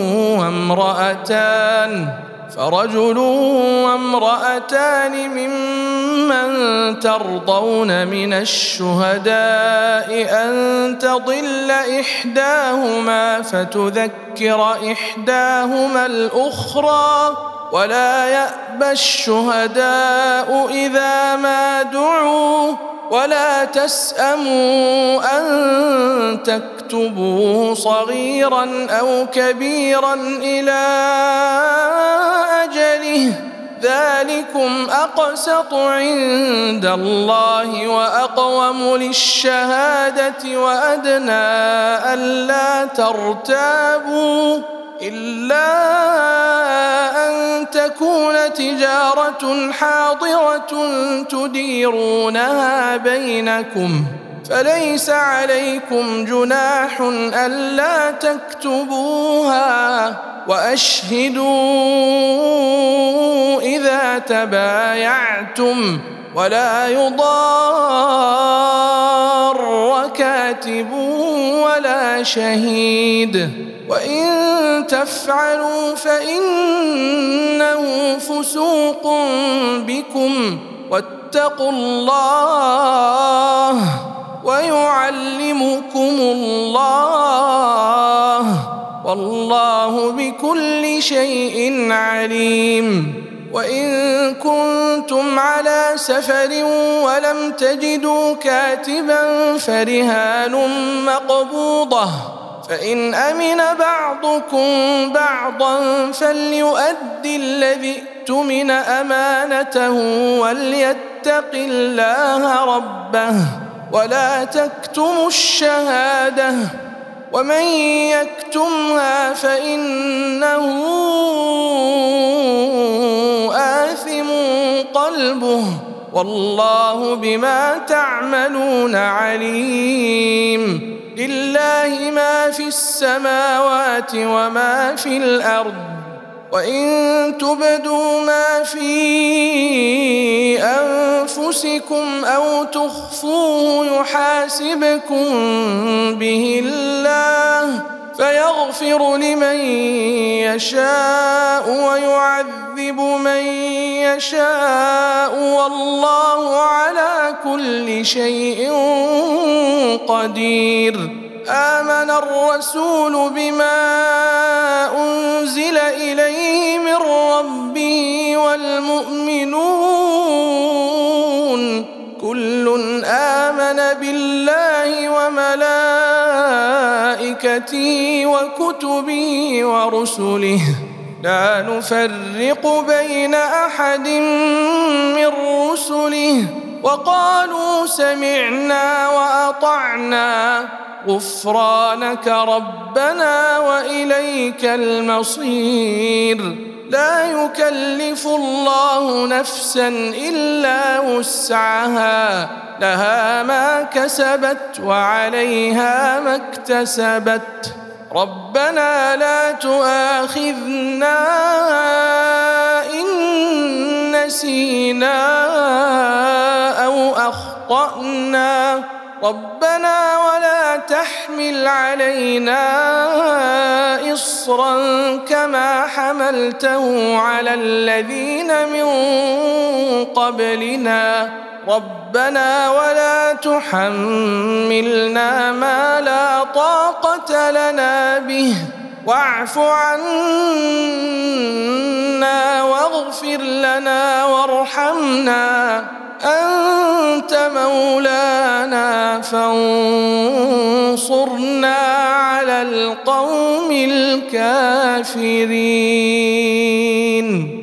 A: وامرأتان ممن ترضون من الشهداء أن تضل إحداهما فتذكر إحداهما الأخرى ولا يأبى الشهداء إذا ما دعوا ولا تسأموا أن تكتبوه صغيرا أو كبيرا إلى أجله ذلكم أقسط عند الله وأقوم للشهادة وأدنى ألا ترتابوا إلا أن تكون تجارة حاضرة تديرونها بينكم فليس عليكم جناح ألا تكتبوها وأشهدوا إذا تبايعتم ولا يضار كاتب ولا شهيد وإن تفعلوا فإنه فسوق بكم واتقوا الله ويعلمكم الله والله بكل شيء عليم. وإن كنتم على سفر ولم تجدوا كاتبا فرهان مقبوضة فإن أمن بعضكم بعضا فليؤدي الذي اؤتمن أمانته وليتق الله ربه ولا تكتموا الشهادة ومن يكتمها فإنه آثم قلبه والله بما تعملون عليم. لله ما في السماوات وما في الأرض وإن تبدوا ما في أنفسكم أو تخفوه يحاسبكم به الله فيغفر لمن يشاء ويعذب من يشاء والله على كل شيء قدير. آمن الرسول بما أنزل إليه من ربه والمؤمنون كل آمن بالله وملائكته وكتبه ورسله لا نفرق بين أحد من رسله وقالوا سمعنا وأطعنا غفرانك ربنا وإليك المصير. لا يكلف الله نفسا إلا وسعها لها ما كسبت وعليها ما اكتسبت ربنا لا تؤاخذنا إن نسينا أو أخطأنا ربنا ولا تحمل علينا إصرا كما حملته على الذين من قبلنا ربنا ولا تحملنا ما لا طاقة لنا به واعف عنا واغفر لنا وارحمنا أنت مولانا فانصرنا على القوم الكافرين.